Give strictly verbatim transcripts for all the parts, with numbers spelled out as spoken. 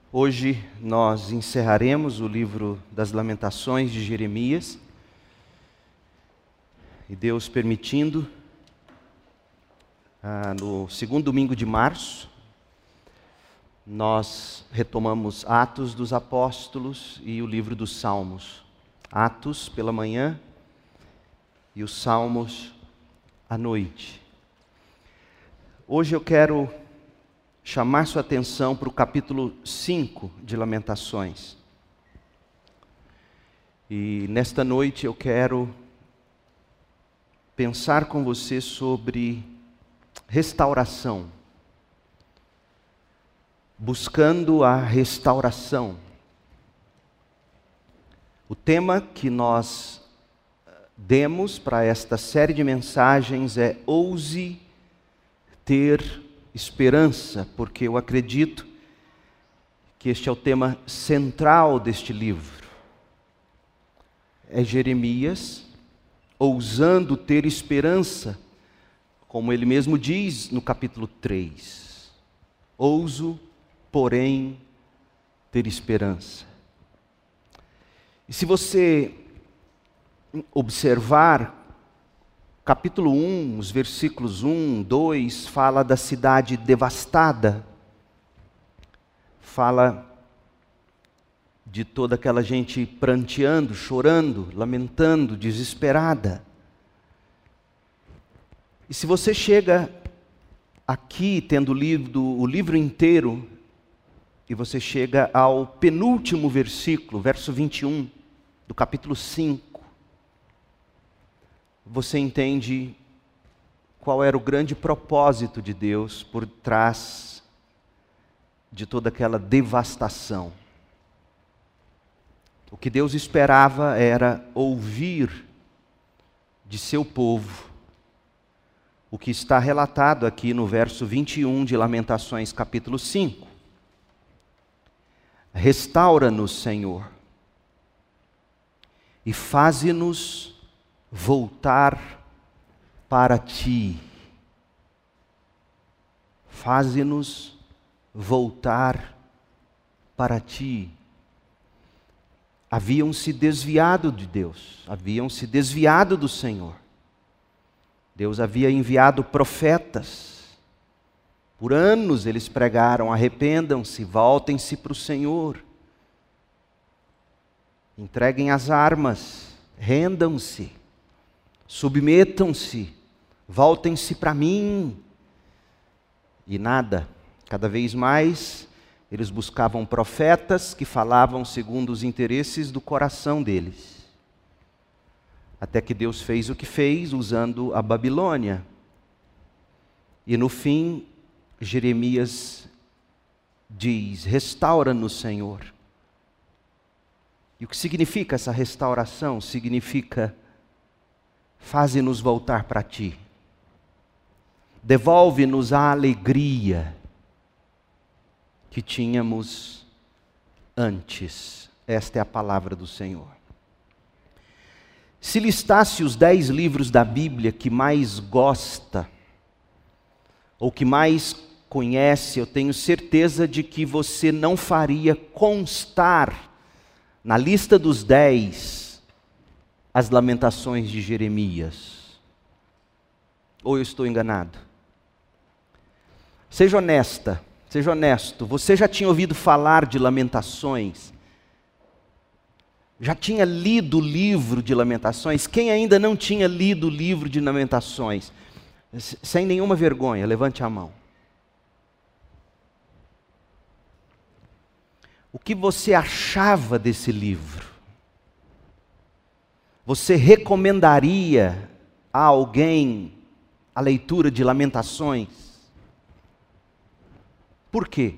Hoje nós encerraremos o livro das Lamentações de Jeremias. E Deus permitindo, ah, no segundo domingo de março, nós retomamos Atos dos Apóstolos e o livro dos Salmos. Atos pela manhã e os Salmos à noite. Hoje eu quero chamar sua atenção para o capítulo cinco de Lamentações. E nesta noite eu quero pensar com você sobre restauração. Buscando a restauração. O tema que nós demos para esta série de mensagens é Ouse ter esperança, porque eu acredito que este é o tema central deste livro. É Jeremias ousando ter esperança, como ele mesmo diz no capítulo três. Ouso, porém, ter esperança. E se você observar, capítulo um, os versículos um, dois, fala da cidade devastada, fala de toda aquela gente pranteando, chorando, lamentando, desesperada. E se você chega aqui, tendo lido o livro inteiro, e você chega ao penúltimo versículo, verso vinte e um, do capítulo cinco, você entende qual era o grande propósito de Deus por trás de toda aquela devastação. O que Deus esperava era ouvir de seu povo o que está relatado aqui no verso vinte e um de Lamentações, capítulo cinco. Restaura-nos, Senhor, e faze-nos voltar para Ti. Faze-nos voltar para Ti. Haviam se desviado de Deus, haviam se desviado do Senhor. Deus havia enviado profetas. Por anos eles pregaram: arrependam-se, voltem-se para o Senhor. Entreguem as armas, rendam-se. Submetam-se, voltem-se para mim. E nada, cada vez mais eles buscavam profetas que falavam segundo os interesses do coração deles. Até que Deus fez o que fez, usando a Babilônia. E no fim, Jeremias diz: restaura-nos, Senhor. E o que significa essa restauração? Significa: faze-nos voltar para Ti. Devolve-nos a alegria que tínhamos antes. Esta é a palavra do Senhor. Se listasse os dez livros da Bíblia que mais gosta, ou que mais conhece, eu tenho certeza de que você não faria constar na lista dos dez as Lamentações de Jeremias. Ou eu estou enganado? Seja honesta, seja honesto. Você já tinha ouvido falar de Lamentações? Já tinha lido o livro de Lamentações? Quem ainda não tinha lido o livro de Lamentações? Sem nenhuma vergonha, levante a mão. O que você achava desse livro? Você recomendaria a alguém a leitura de Lamentações? Por quê?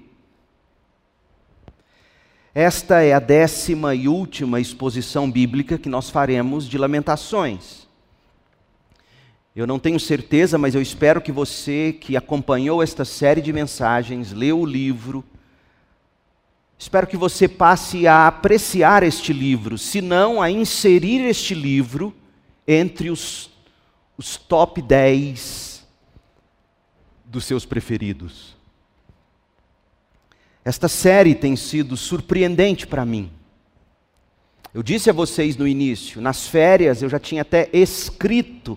Esta é a décima e última exposição bíblica que nós faremos de Lamentações. Eu não tenho certeza, mas eu espero que você que acompanhou esta série de mensagens, leu o livro, espero que você passe a apreciar este livro, se não a inserir este livro entre os, os top dez dos seus preferidos. Esta série tem sido surpreendente para mim. Eu disse a vocês no início, nas férias eu já tinha até escrito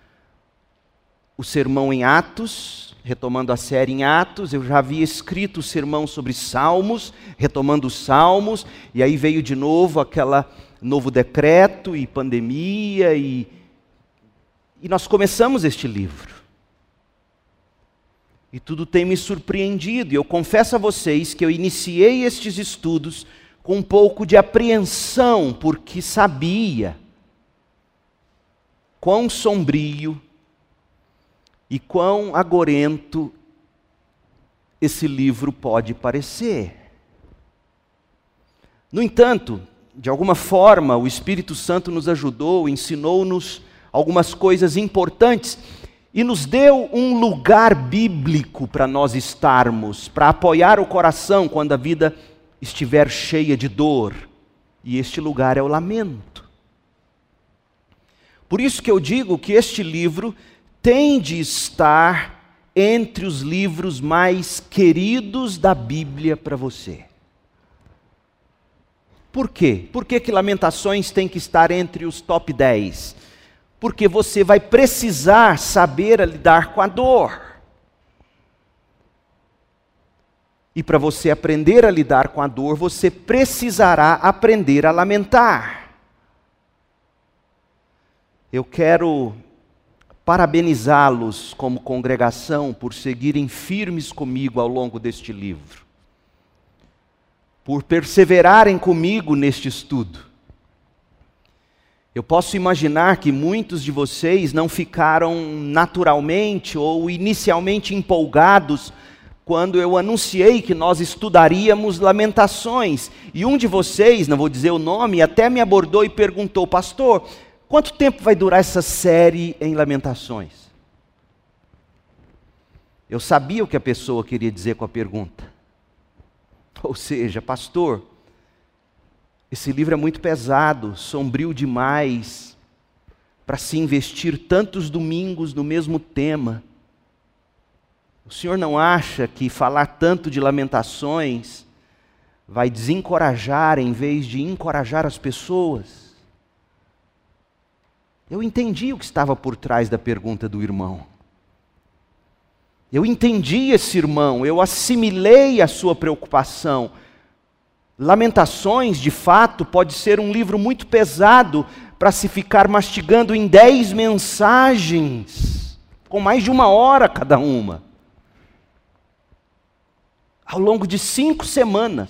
o sermão em Atos, retomando a série em Atos, eu já havia escrito o sermão sobre Salmos, retomando os Salmos, e aí veio de novo aquele novo decreto e pandemia, e, e nós começamos este livro. E tudo tem me surpreendido, e eu confesso a vocês que eu iniciei estes estudos com um pouco de apreensão, porque sabia quão sombrio e quão agorento esse livro pode parecer. No entanto, de alguma forma, o Espírito Santo nos ajudou, ensinou-nos algumas coisas importantes e nos deu um lugar bíblico para nós estarmos, para apoiar o coração quando a vida estiver cheia de dor, e este lugar é o lamento. Por isso que eu digo que este livro tem de estar entre os livros mais queridos da Bíblia para você. Por quê? Por que que Lamentações tem que estar entre os top dez? Porque você vai precisar saber lidar com a dor. E para você aprender a lidar com a dor, você precisará aprender a lamentar. Eu quero parabenizá-los como congregação por seguirem firmes comigo ao longo deste livro, por perseverarem comigo neste estudo. Eu posso imaginar que muitos de vocês não ficaram naturalmente ou inicialmente empolgados quando eu anunciei que nós estudaríamos Lamentações, e um de vocês, não vou dizer o nome, até me abordou e perguntou: pastor, quanto tempo vai durar essa série em Lamentações? Eu sabia o que a pessoa queria dizer com a pergunta. Ou seja, pastor, esse livro é muito pesado, sombrio demais, para se investir tantos domingos no mesmo tema. O senhor não acha que falar tanto de Lamentações vai desencorajar em vez de encorajar as pessoas? Eu entendi o que estava por trás da pergunta do irmão. Eu entendi esse irmão, eu assimilei a sua preocupação. Lamentações, de fato, pode ser um livro muito pesado para se ficar mastigando em dez mensagens, com mais de uma hora cada uma, ao longo de cinco semanas.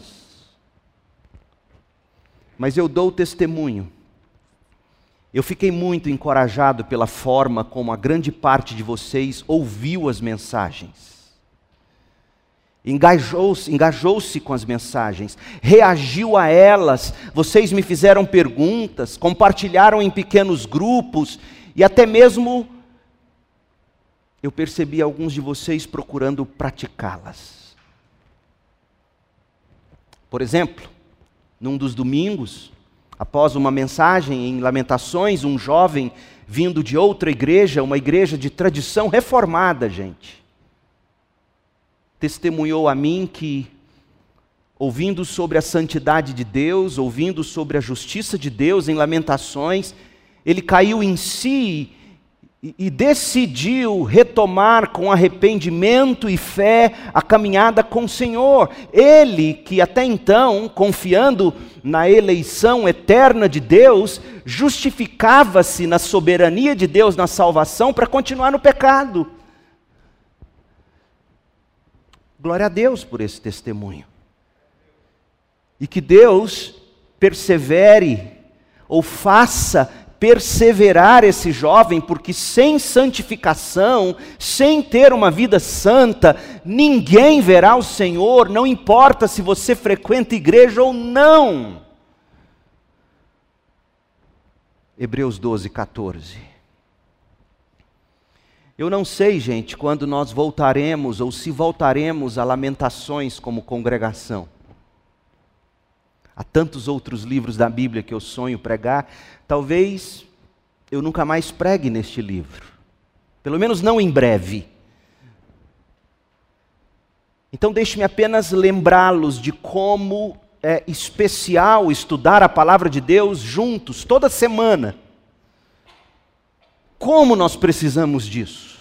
Mas eu dou testemunho. Eu fiquei muito encorajado pela forma como a grande parte de vocês ouviu as mensagens. Engajou-se, engajou-se com as mensagens, reagiu a elas. Vocês me fizeram perguntas, compartilharam em pequenos grupos, e até mesmo eu percebi alguns de vocês procurando praticá-las. Por exemplo, num dos domingos, após uma mensagem em Lamentações, um jovem vindo de outra igreja, uma igreja de tradição reformada, gente, testemunhou a mim que, ouvindo sobre a santidade de Deus, ouvindo sobre a justiça de Deus em Lamentações, ele caiu em si e, e decidiu retomar com arrependimento e fé a caminhada com o Senhor. Ele que até então, confiando na eleição eterna de Deus, justificava-se na soberania de Deus na salvação para continuar no pecado. Glória a Deus por esse testemunho. E que Deus persevere, ou faça perseverar esse jovem, porque sem santificação, sem ter uma vida santa, ninguém verá o Senhor, não importa se você frequenta igreja ou não. Hebreus doze, quatorze. Eu não sei, gente, quando nós voltaremos, ou se voltaremos a Lamentações como congregação. Há tantos outros livros da Bíblia que eu sonho pregar. Talvez eu nunca mais pregue neste livro. Pelo menos não em breve. Então deixe-me apenas lembrá-los de como é especial estudar a palavra de Deus juntos, toda semana. Como nós precisamos disso.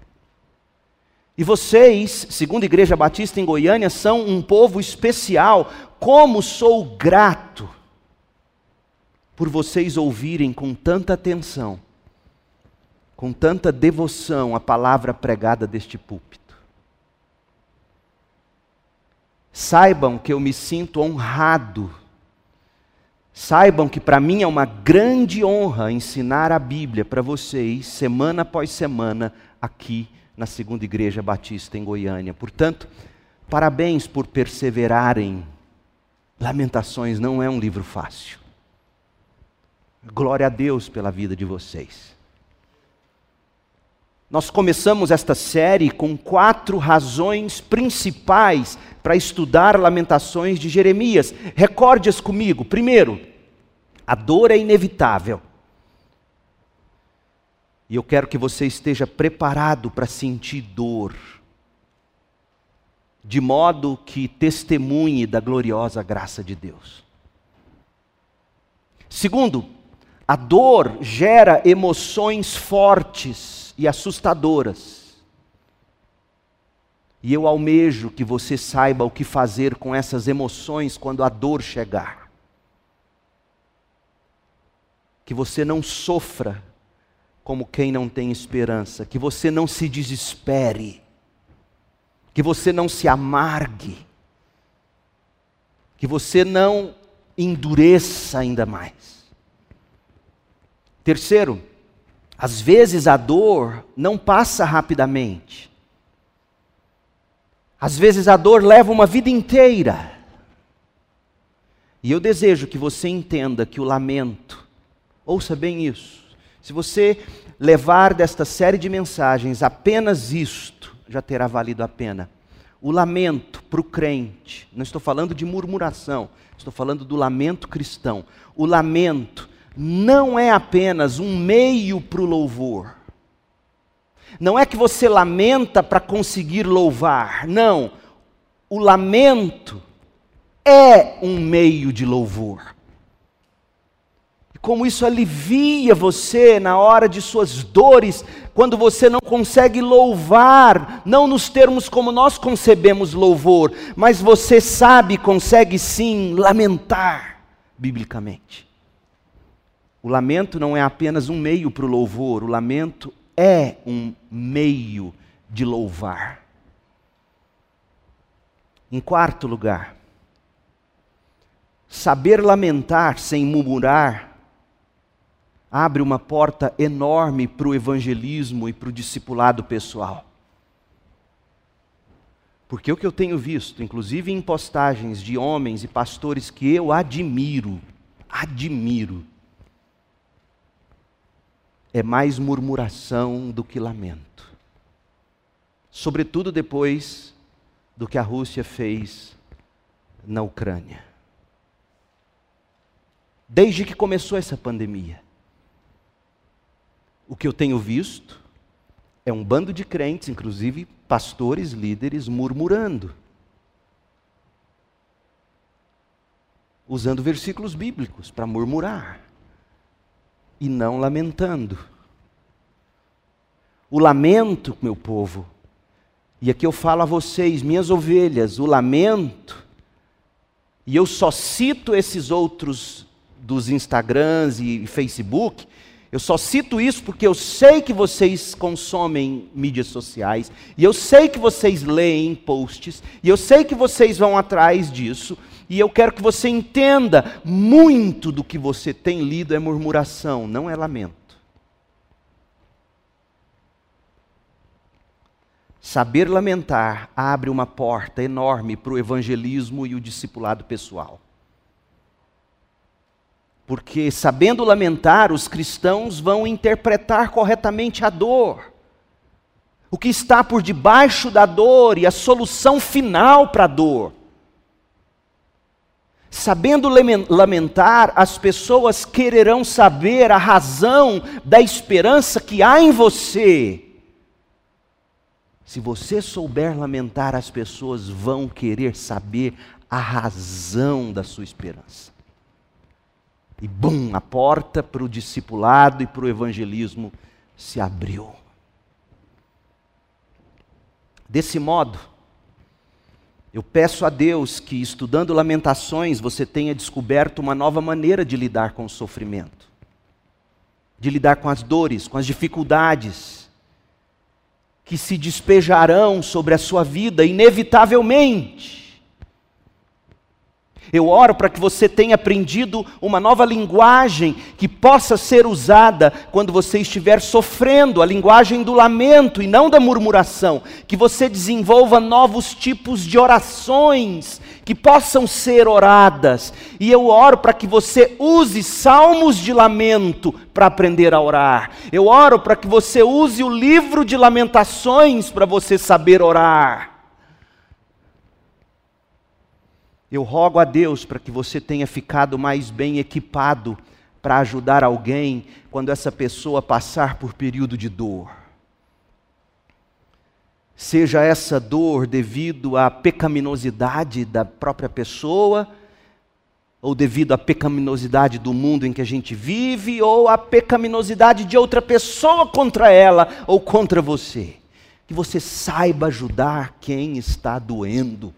E vocês, segundo a Igreja Batista em Goiânia, são um povo especial. Como sou grato por vocês ouvirem com tanta atenção, com tanta devoção a palavra pregada deste púlpito. Saibam que eu me sinto honrado. Saibam que para mim é uma grande honra ensinar a Bíblia para vocês, semana após semana, aqui na Segunda Igreja Batista em Goiânia. Portanto, parabéns por perseverarem. Lamentações não é um livro fácil. Glória a Deus pela vida de vocês. Nós começamos esta série com quatro razões principais para estudar Lamentações de Jeremias. Recorde-as comigo. Primeiro, a dor é inevitável. E eu quero que você esteja preparado para sentir dor, de modo que testemunhe da gloriosa graça de Deus. Segundo, a dor gera emoções fortes e assustadoras. E eu almejo que você saiba o que fazer com essas emoções quando a dor chegar. Que você não sofra como quem não tem esperança, que você não se desespere, que você não se amargue, que você não endureça ainda mais. Terceiro, às vezes a dor não passa rapidamente. Às vezes a dor leva uma vida inteira. E eu desejo que você entenda que o lamento, ouça bem isso, se você levar desta série de mensagens apenas isto, já terá valido a pena. O lamento para o crente, não estou falando de murmuração, estou falando do lamento cristão. O lamento não é apenas um meio para o louvor. Não é que você lamenta para conseguir louvar. Não. O lamento é um meio de louvor. E como isso alivia você na hora de suas dores, quando você não consegue louvar, não nos termos como nós concebemos louvor, mas você sabe, consegue sim lamentar biblicamente. O lamento não é apenas um meio para o louvor, o lamento é um meio de louvar. Em quarto lugar, saber lamentar sem murmurar abre uma porta enorme para o evangelismo e para o discipulado pessoal. Porque o que eu tenho visto, inclusive em postagens de homens e pastores que eu admiro, admiro, é mais murmuração do que lamento. Sobretudo depois do que a Rússia fez na Ucrânia. Desde que começou essa pandemia, o que eu tenho visto é um bando de crentes, inclusive pastores, líderes, murmurando. Usando versículos bíblicos para murmurar. E não lamentando. O lamento, meu povo, e aqui eu falo a vocês, minhas ovelhas, o lamento, e eu só cito esses outros dos Instagrams e Facebook, eu só cito isso porque eu sei que vocês consomem mídias sociais, e eu sei que vocês leem posts, e eu sei que vocês vão atrás disso, e eu quero que você entenda, muito do que você tem lido é murmuração, não é lamento. Saber lamentar abre uma porta enorme para o evangelismo e o discipulado pessoal. Porque sabendo lamentar, os cristãos vão interpretar corretamente a dor. O que está por debaixo da dor e a solução final para a dor. Sabendo lamentar, as pessoas quererão saber a razão da esperança que há em você. Se você souber lamentar, as pessoas vão querer saber a razão da sua esperança. E bum, a porta para o discipulado e para o evangelismo se abriu. Desse modo, eu peço a Deus que, estudando Lamentações, você tenha descoberto uma nova maneira de lidar com o sofrimento, de lidar com as dores, com as dificuldades, que se despejarão sobre a sua vida inevitavelmente. Eu oro para que você tenha aprendido uma nova linguagem que possa ser usada quando você estiver sofrendo, a linguagem do lamento e não da murmuração. Que você desenvolva novos tipos de orações que possam ser oradas. E eu oro para que você use salmos de lamento para aprender a orar. Eu oro para que você use o livro de Lamentações para você saber orar. Eu rogo a Deus para que você tenha ficado mais bem equipado para ajudar alguém quando essa pessoa passar por período de dor. Seja essa dor devido à pecaminosidade da própria pessoa, ou devido à pecaminosidade do mundo em que a gente vive, ou à pecaminosidade de outra pessoa contra ela ou contra você. Que você saiba ajudar quem está doendo.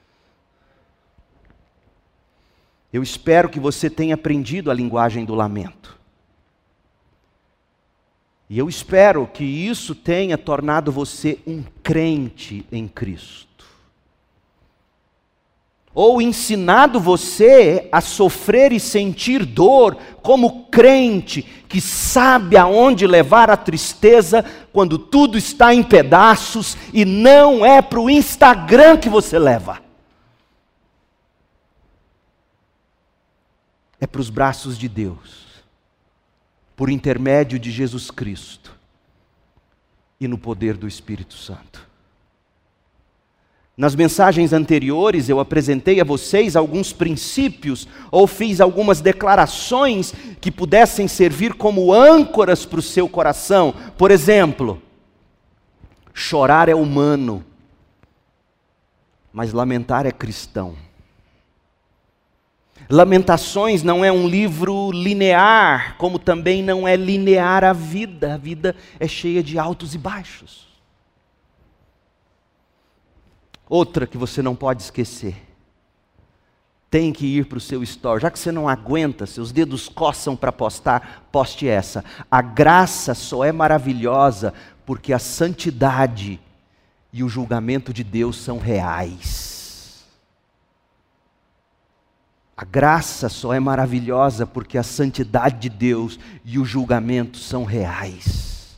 Eu espero que você tenha aprendido a linguagem do lamento. E eu espero que isso tenha tornado você um crente em Cristo. Ou ensinado você a sofrer e sentir dor como crente que sabe aonde levar a tristeza quando tudo está em pedaços e não é para o Instagram que você leva. É para os braços de Deus, por intermédio de Jesus Cristo e no poder do Espírito Santo. Nas mensagens anteriores eu apresentei a vocês alguns princípios ou fiz algumas declarações que pudessem servir como âncoras para o seu coração. Por exemplo, chorar é humano, mas lamentar é cristão. Lamentações não é um livro linear, como também não é linear a vida. A vida é cheia de altos e baixos. Outra que você não pode esquecer. Tem que ir para o seu story. Já que você não aguenta, seus dedos coçam para postar, poste essa. A graça só é maravilhosa porque a santidade e o julgamento de Deus são reais. A graça só é maravilhosa porque a santidade de Deus e o julgamento são reais.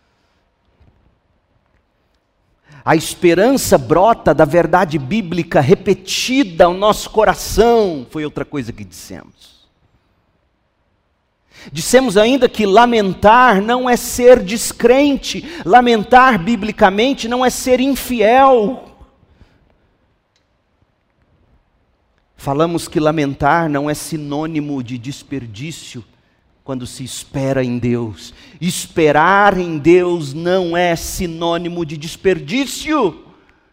A esperança brota da verdade bíblica repetida ao nosso coração, foi outra coisa que dissemos. Dissemos ainda que lamentar não é ser descrente, lamentar biblicamente não é ser infiel. Falamos que lamentar não é sinônimo de desperdício quando se espera em Deus. Esperar em Deus não é sinônimo de desperdício.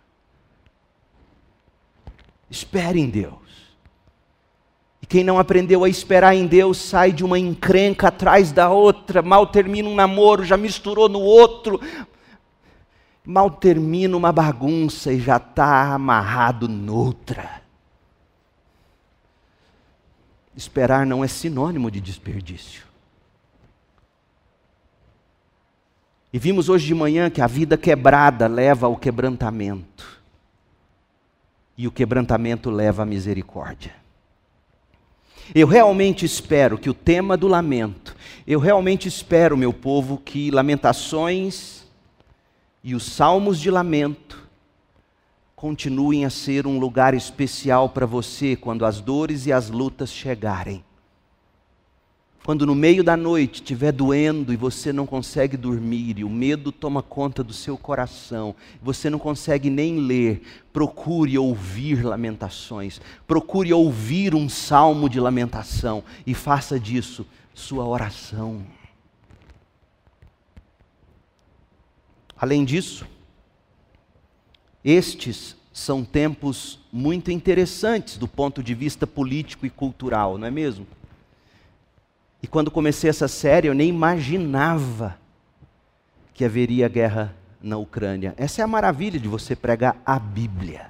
Espere em Deus. E quem não aprendeu a esperar em Deus sai de uma encrenca atrás da outra, mal termina um namoro, já misturou no outro, mal termina uma bagunça e já está amarrado noutra. Esperar não é sinônimo de desperdício. E vimos hoje de manhã que a vida quebrada leva ao quebrantamento. E o quebrantamento leva à misericórdia. Eu realmente espero que o tema do lamento, eu realmente espero, meu povo, que Lamentações e os Salmos de Lamento continuem a ser um lugar especial para você quando as dores e as lutas chegarem. Quando no meio da noite estiver doendo e você não consegue dormir e o medo toma conta do seu coração, você não consegue nem ler, procure ouvir lamentações, procure ouvir um salmo de lamentação e faça disso sua oração. Além disso, Estes são tempos muito interessantes do ponto de vista político e cultural, não é mesmo? E quando comecei essa série, eu nem imaginava que haveria guerra na Ucrânia. Essa é a maravilha de você pregar a Bíblia.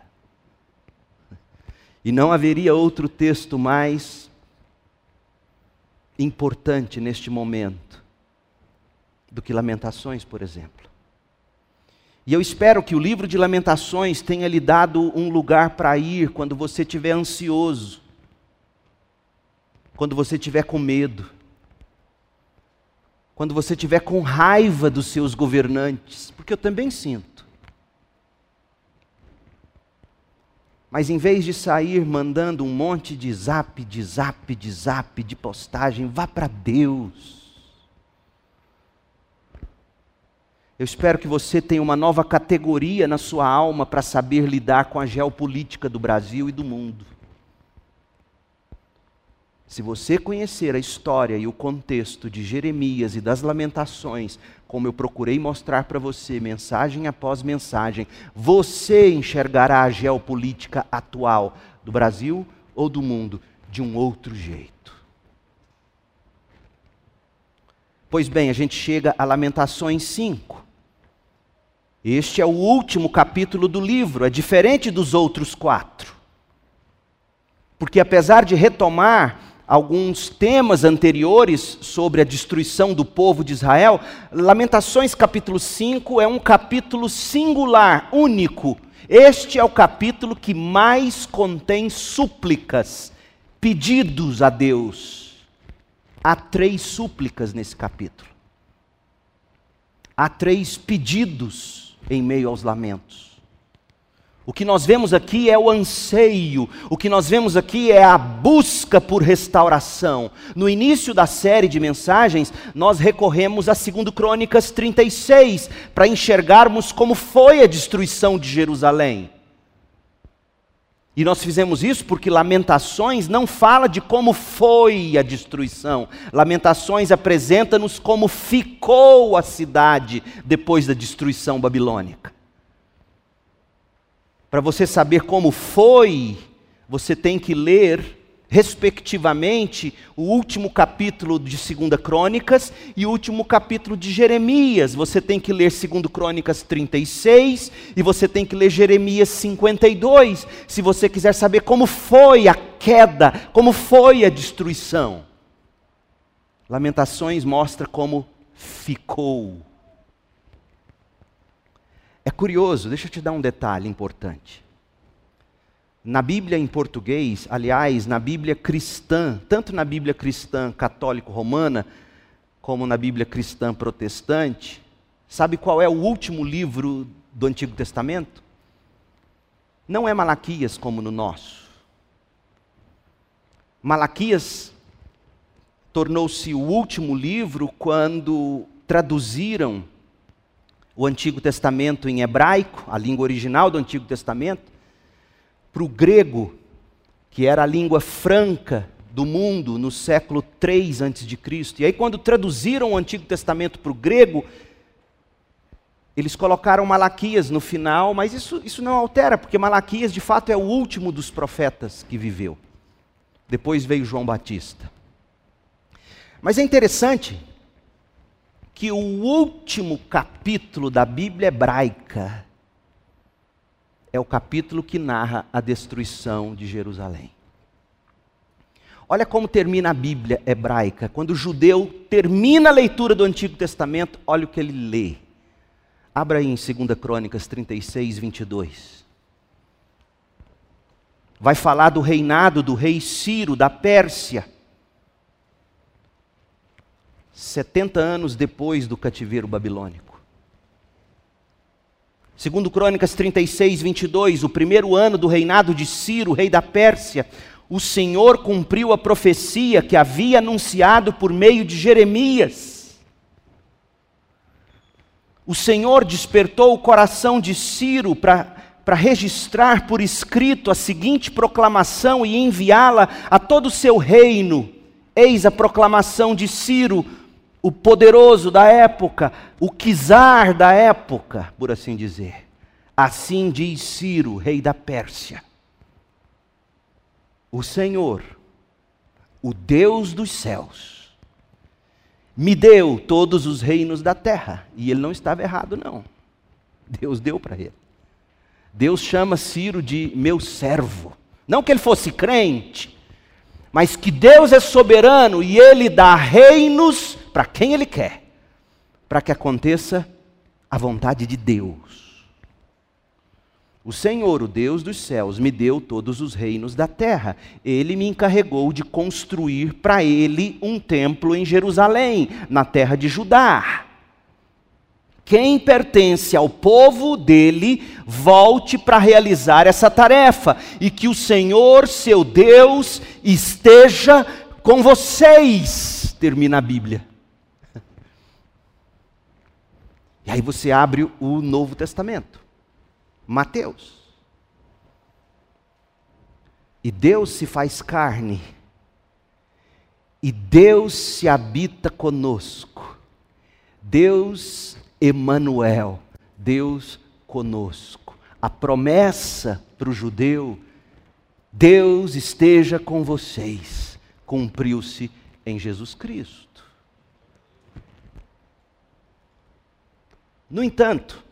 E não haveria outro texto mais importante neste momento do que Lamentações, por exemplo. E eu espero que o livro de Lamentações tenha lhe dado um lugar para ir quando você estiver ansioso, quando você estiver com medo, quando você estiver com raiva dos seus governantes, porque eu também sinto. Mas em vez de sair mandando um monte de zap, de zap, de zap, de postagem, vá para Deus. Eu espero que você tenha uma nova categoria na sua alma para saber lidar com a geopolítica do Brasil e do mundo. Se você conhecer a história e o contexto de Jeremias e das Lamentações, como eu procurei mostrar para você, mensagem após mensagem, você enxergará a geopolítica atual do Brasil ou do mundo de um outro jeito. Pois bem, a gente chega a Lamentações cinco. Este é o último capítulo do livro, é diferente dos outros quatro. Porque apesar de retomar alguns temas anteriores sobre a destruição do povo de Israel, Lamentações capítulo cinco é um capítulo singular, único. Este é o capítulo que mais contém súplicas, pedidos a Deus. Há três súplicas nesse capítulo. Há três pedidos em meio aos lamentos. O que nós vemos aqui é o anseio, o que nós vemos aqui é a busca por restauração. No início da série de mensagens, nós recorremos a dois Crônicas trinta e seis, para enxergarmos como foi a destruição de Jerusalém. E nós fizemos isso porque Lamentações não fala de como foi a destruição. Lamentações apresenta-nos como ficou a cidade depois da destruição babilônica. Para você saber como foi, você tem que ler, respectivamente, o último capítulo de dois Crônicas e o último capítulo de Jeremias. Você tem que ler dois Crônicas trinta e seis e você tem que ler Jeremias cinquenta e dois, se você quiser saber como foi a queda, como foi a destruição. Lamentações mostra como ficou. É curioso, deixa eu te dar um detalhe importante. Na Bíblia em português, aliás, na Bíblia cristã, tanto na Bíblia cristã católico-romana, como na Bíblia cristã protestante, sabe qual é o último livro do Antigo Testamento? Não é Malaquias como no nosso. Malaquias tornou-se o último livro quando traduziram o Antigo Testamento em hebraico, a língua original do Antigo Testamento, para o grego, que era a língua franca do mundo no século três antes de Cristo. E aí quando traduziram o Antigo Testamento para o grego, eles colocaram Malaquias no final, mas isso, isso não altera, porque Malaquias de fato é o último dos profetas que viveu. Depois veio João Batista. Mas é interessante que o último capítulo da Bíblia hebraica é o capítulo que narra a destruição de Jerusalém. Olha como termina a Bíblia hebraica. Quando o judeu termina a leitura do Antigo Testamento, olha o que ele lê. Abra aí em dois Crônicas trinta e seis, vinte e dois. Vai falar do reinado do rei Ciro, da Pérsia. setenta anos depois do cativeiro babilônico. Segundo Crônicas trinta e seis, vinte e dois, o primeiro ano do reinado de Ciro, rei da Pérsia, o Senhor cumpriu a profecia que havia anunciado por meio de Jeremias. O Senhor despertou o coração de Ciro para para registrar por escrito a seguinte proclamação e enviá-la a todo o seu reino. Eis a proclamação de Ciro, o poderoso da época, o czar da época, por assim dizer. Assim diz Ciro, rei da Pérsia: o Senhor, o Deus dos céus, me deu todos os reinos da terra. E ele não estava errado, não. Deus deu para ele. Deus chama Ciro de meu servo. Não que ele fosse crente, mas que Deus é soberano e ele dá reinos para quem ele quer, para que aconteça a vontade de Deus. O Senhor, o Deus dos céus, me deu todos os reinos da terra. Ele me encarregou de construir para ele um templo em Jerusalém, na terra de Judá. Quem pertence ao povo dele, volte para realizar essa tarefa. E que o Senhor, seu Deus, esteja com vocês. Termina a Bíblia. E aí você abre o Novo Testamento. Mateus. E Deus se faz carne, e Deus se habita conosco. Deus Emanuel, Deus conosco. A promessa para o judeu, Deus esteja com vocês, cumpriu-se em Jesus Cristo. No entanto,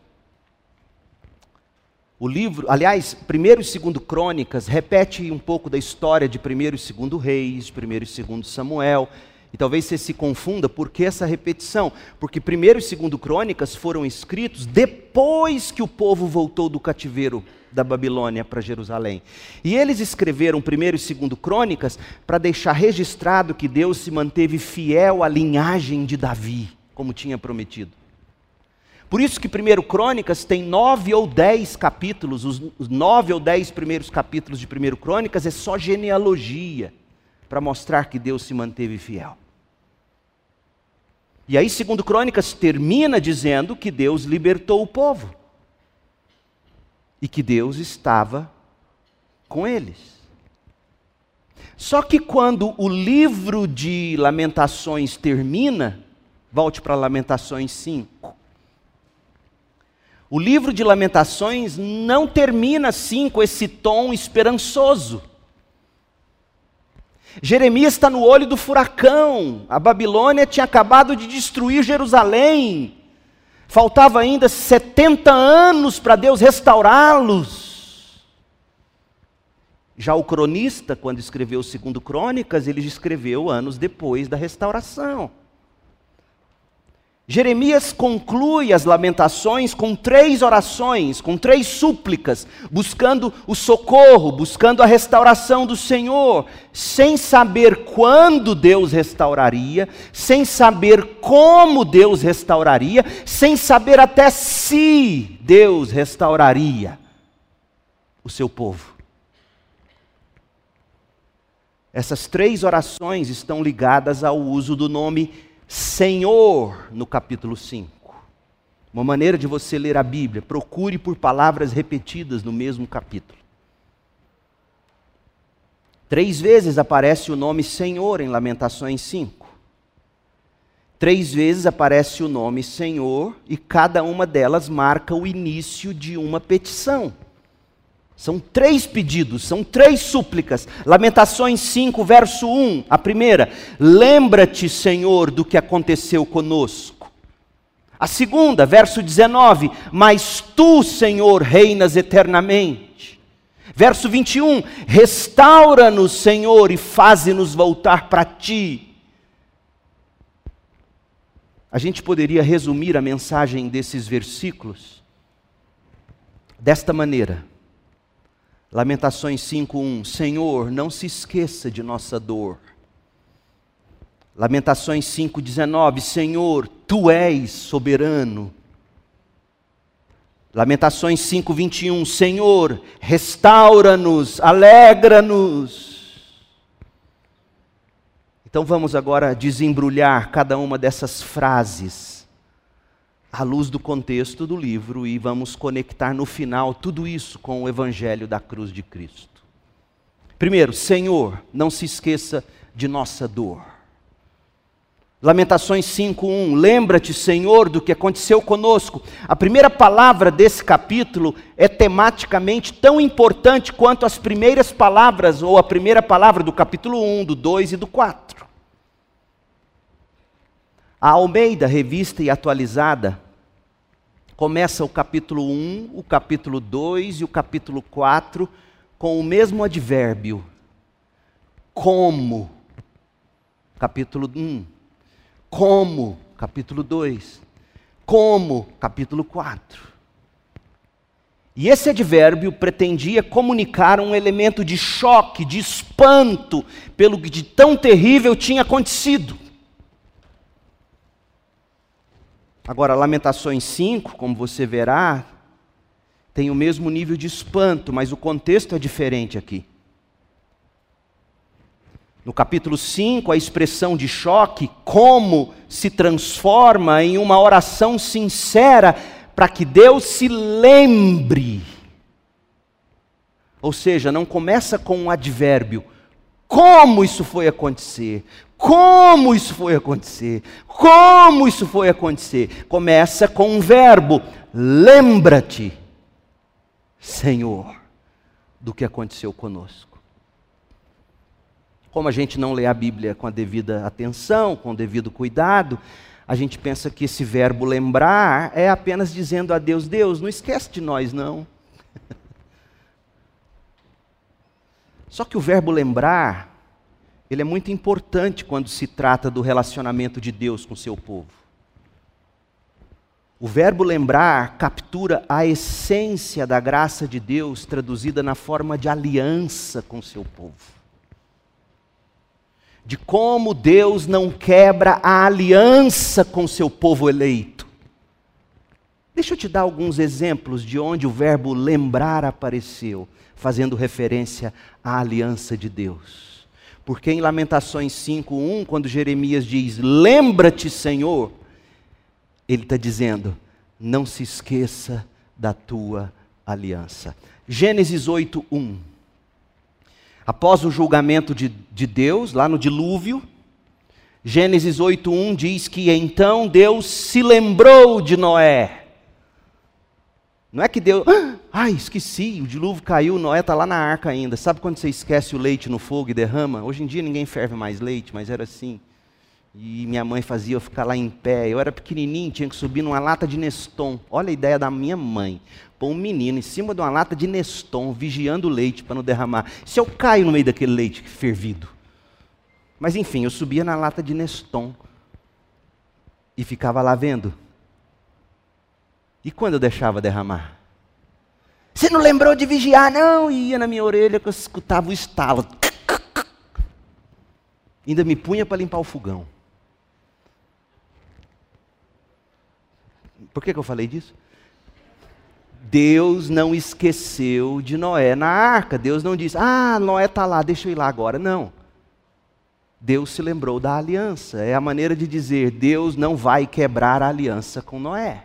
o livro, aliás, primeiro e segundo Crônicas, repete um pouco da história de primeiro e segundo Reis, de primeiro e segundo Samuel, e talvez você se confunda por que essa repetição, porque primeiro e segundo Crônicas foram escritos depois que o povo voltou do cativeiro da Babilônia para Jerusalém. E eles escreveram primeiro e segundo Crônicas para deixar registrado que Deus se manteve fiel à linhagem de Davi, como tinha prometido. Por isso que primeiro Crônicas tem nove ou dez capítulos, os, os nove ou dez primeiros capítulos de primeiro Crônicas é só genealogia, para mostrar que Deus se manteve fiel. E aí segundo Crônicas termina dizendo que Deus libertou o povo, e que Deus estava com eles. Só que quando o livro de Lamentações termina, volte para Lamentações cinco, o livro de Lamentações não termina assim com esse tom esperançoso. Jeremias está no olho do furacão. A Babilônia tinha acabado de destruir Jerusalém. Faltava ainda setenta anos para Deus restaurá-los. Já o cronista, quando escreveu o segundo Crônicas, ele escreveu anos depois da restauração. Jeremias conclui as Lamentações com três orações, com três súplicas, buscando o socorro, buscando a restauração do Senhor, sem saber quando Deus restauraria, sem saber como Deus restauraria, sem saber até se Deus restauraria o seu povo. Essas três orações estão ligadas ao uso do nome Senhor no capítulo cinco. Uma maneira de você ler a Bíblia, procure por palavras repetidas no mesmo capítulo. Três vezes aparece o nome Senhor em Lamentações cinco. Três vezes aparece o nome Senhor e cada uma delas marca o início de uma petição. São três pedidos, são três súplicas. Lamentações cinco, verso um, a primeira: lembra-te, Senhor, do que aconteceu conosco. A segunda, verso dezenove: mas tu, Senhor, reinas eternamente. Verso vinte e um: restaura-nos, Senhor, e faze-nos voltar para ti. A gente poderia resumir a mensagem desses versículos desta maneira. Lamentações cinco, um: Senhor, não se esqueça de nossa dor. Lamentações cinco, dezenove: Senhor, tu és soberano. Lamentações cinco, vinte e um: Senhor, restaura-nos, alegra-nos. Então vamos agora desembrulhar cada uma dessas frases à luz do contexto do livro e vamos conectar no final tudo isso com o Evangelho da cruz de Cristo. Primeiro, Senhor, não se esqueça de nossa dor. Lamentações cinco, um, lembra-te, Senhor, do que aconteceu conosco. A primeira palavra desse capítulo é tematicamente tão importante quanto as primeiras palavras, ou a primeira palavra do capítulo um, do dois e do quatro. A Almeida, revista e atualizada, começa o capítulo um, o capítulo dois e o capítulo quatro com o mesmo advérbio. Como. Capítulo um. Como, capítulo dois. Como, capítulo quatro. E esse advérbio pretendia comunicar um elemento de choque, de espanto, pelo que de tão terrível tinha acontecido. Agora, Lamentações cinco, como você verá, tem o mesmo nível de espanto, mas o contexto é diferente aqui. No capítulo cinco, a expressão de choque, como se transforma em uma oração sincera para que Deus se lembre. Ou seja, não começa com um advérbio. Como isso foi acontecer? Como isso foi acontecer? Como isso foi acontecer? Começa com um verbo. Lembra-te, Senhor, do que aconteceu conosco. Como a gente não lê a Bíblia com a devida atenção, com o devido cuidado, a gente pensa que esse verbo lembrar é apenas dizendo a Deus, Deus, não esquece de nós não. Só que o verbo lembrar, ele é muito importante quando se trata do relacionamento de Deus com o seu povo. O verbo lembrar captura a essência da graça de Deus traduzida na forma de aliança com o seu povo. De como Deus não quebra a aliança com o seu povo eleito. Deixa eu te dar alguns exemplos de onde o verbo lembrar apareceu, fazendo referência à aliança de Deus. Porque em Lamentações cinco, um, quando Jeremias diz, lembra-te, Senhor, ele está dizendo, não se esqueça da tua aliança. Gênesis oito, um. Após o julgamento de, de Deus, lá no dilúvio, Gênesis oito, um diz que então Deus se lembrou de Noé. Não é que Deus, ai, esqueci, o dilúvio caiu, Noé está lá na arca ainda. Sabe quando você esquece o leite no fogo e derrama? Hoje em dia ninguém ferve mais leite, mas era assim. E minha mãe fazia eu ficar lá em pé. Eu era pequenininho, tinha que subir numa lata de Neston. Olha a ideia da minha mãe. Pôr um menino em cima de uma lata de Neston, vigiando o leite para não derramar. Se eu caio no meio daquele leite fervido. Mas enfim, eu subia na lata de Neston. E ficava lá vendo. E quando eu deixava derramar? Você não lembrou de vigiar, não? E ia na minha orelha que eu escutava o estalo. Ainda me punha para limpar o fogão. Por que que eu falei disso? Deus não esqueceu de Noé na arca. Deus não disse, ah, Noé está lá, deixa eu ir lá agora. Não. Deus se lembrou da aliança. É a maneira de dizer, Deus não vai quebrar a aliança com Noé.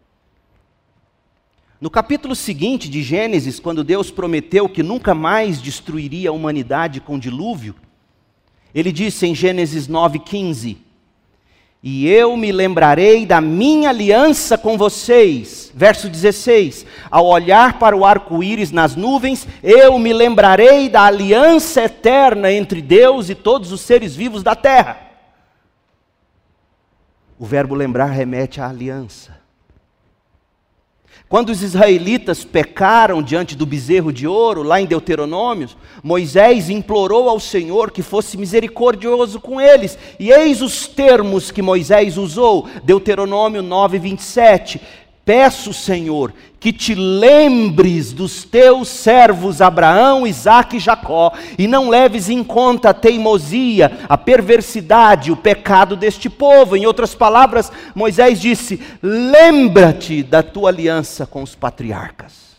No capítulo seguinte de Gênesis, quando Deus prometeu que nunca mais destruiria a humanidade com dilúvio, ele disse em Gênesis nove, quinze, e eu me lembrarei da minha aliança com vocês. Verso dezesseis, ao olhar para o arco-íris nas nuvens, eu me lembrarei da aliança eterna entre Deus e todos os seres vivos da terra. O verbo lembrar remete à aliança. Quando os israelitas pecaram diante do bezerro de ouro, lá em Deuteronômio, Moisés implorou ao Senhor que fosse misericordioso com eles. E eis os termos que Moisés usou, Deuteronômio nove, vinte e sete. Peço, Senhor, que te lembres dos teus servos Abraão, Isaque e Jacó, e não leves em conta a teimosia, a perversidade, o pecado deste povo. Em outras palavras, Moisés disse, lembra-te da tua aliança com os patriarcas.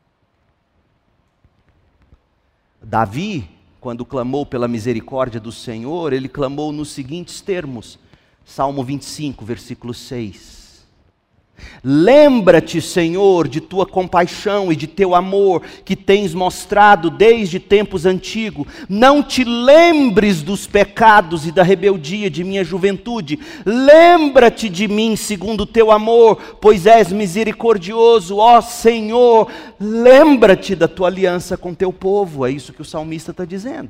Davi, quando clamou pela misericórdia do Senhor, ele clamou nos seguintes termos, Salmo vinte e cinco, versículo seis. Lembra-te, Senhor, de tua compaixão e de teu amor que tens mostrado desde tempos antigos. Não te lembres dos pecados e da rebeldia de minha juventude. Lembra-te de mim segundo o teu amor, pois és misericordioso, ó Senhor. Lembra-te da tua aliança com teu povo. É isso que o salmista está dizendo.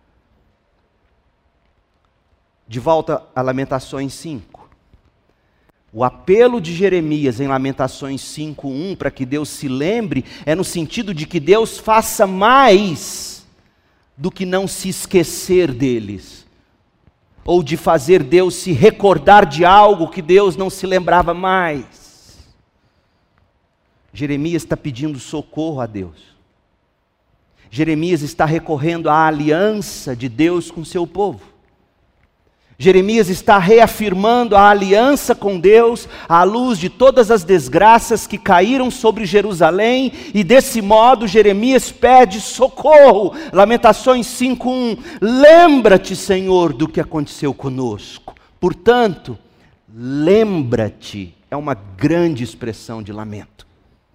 De volta a Lamentações cinco. O apelo de Jeremias em Lamentações cinco, um, para que Deus se lembre, é no sentido de que Deus faça mais do que não se esquecer deles, ou de fazer Deus se recordar de algo que Deus não se lembrava mais. Jeremias está pedindo socorro a Deus. Jeremias está recorrendo à aliança de Deus com seu povo. Jeremias está reafirmando a aliança com Deus à luz de todas as desgraças que caíram sobre Jerusalém, e desse modo Jeremias pede socorro. Lamentações cinco, um. Lembra-te, Senhor, do que aconteceu conosco. Portanto, lembra-te é uma grande expressão de lamento.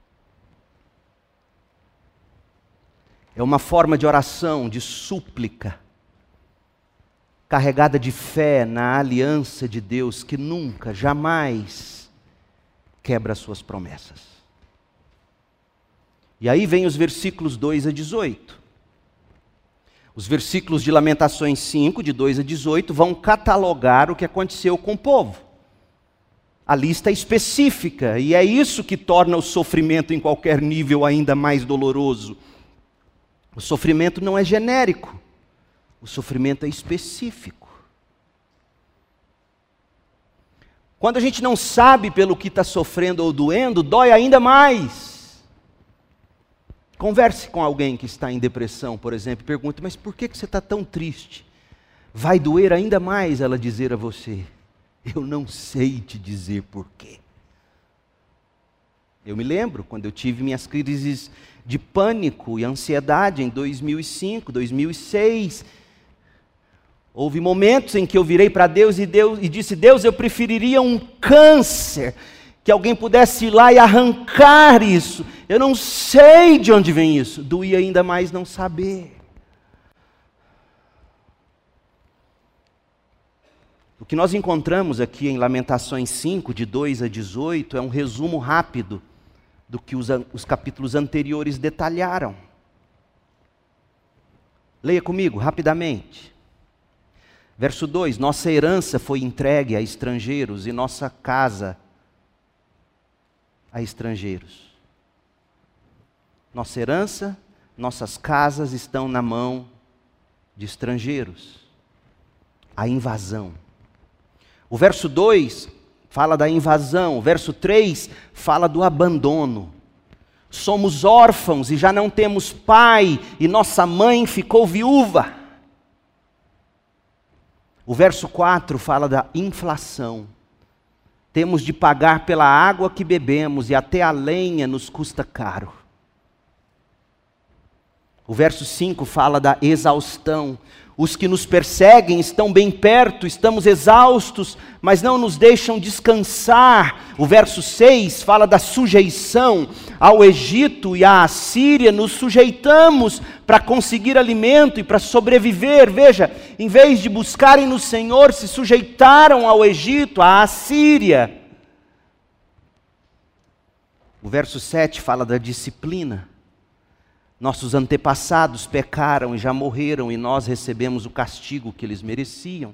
É uma forma de oração, de súplica, carregada de fé na aliança de Deus, que nunca, jamais quebra as suas promessas. E aí vem os versículos dois a dezoito. Os versículos de Lamentações cinco, de dois a dezoito, vão catalogar o que aconteceu com o povo. A lista é específica, e é isso que torna o sofrimento em qualquer nível ainda mais doloroso. O sofrimento não é genérico. O sofrimento é específico. Quando a gente não sabe pelo que está sofrendo ou doendo, dói ainda mais. Converse com alguém que está em depressão, por exemplo, e pergunte, mas por que você está tão triste? Vai doer ainda mais ela dizer a você, eu não sei te dizer por quê. Eu me lembro quando eu tive minhas crises de pânico e ansiedade em dois mil e cinco, dois mil e seis, houve momentos em que eu virei para Deus e, Deus e disse, Deus, eu preferiria um câncer, que alguém pudesse ir lá e arrancar isso. Eu não sei de onde vem isso. Doía ainda mais não saber. O que nós encontramos aqui em Lamentações cinco, de dois a dezoito, é um resumo rápido do que os, os capítulos anteriores detalharam. Leia comigo, rapidamente. Verso dois, nossa herança foi entregue a estrangeiros e nossa casa a estrangeiros. Nossa herança, nossas casas estão na mão de estrangeiros. A invasão. O verso dois fala da invasão, o verso três fala do abandono. Somos órfãos e já não temos pai, e nossa mãe ficou viúva. O verso quatro fala da inflação. Temos de pagar pela água que bebemos e até a lenha nos custa caro. O verso cinco fala da exaustão. Os que nos perseguem estão bem perto, estamos exaustos, mas não nos deixam descansar. O verso seis fala da sujeição. Ao Egito e à Assíria nos sujeitamos para conseguir alimento e para sobreviver. Veja, em vez de buscarem no Senhor, se sujeitaram ao Egito, à Assíria. O verso sete fala da disciplina. Nossos antepassados pecaram e já morreram, e nós recebemos o castigo que eles mereciam.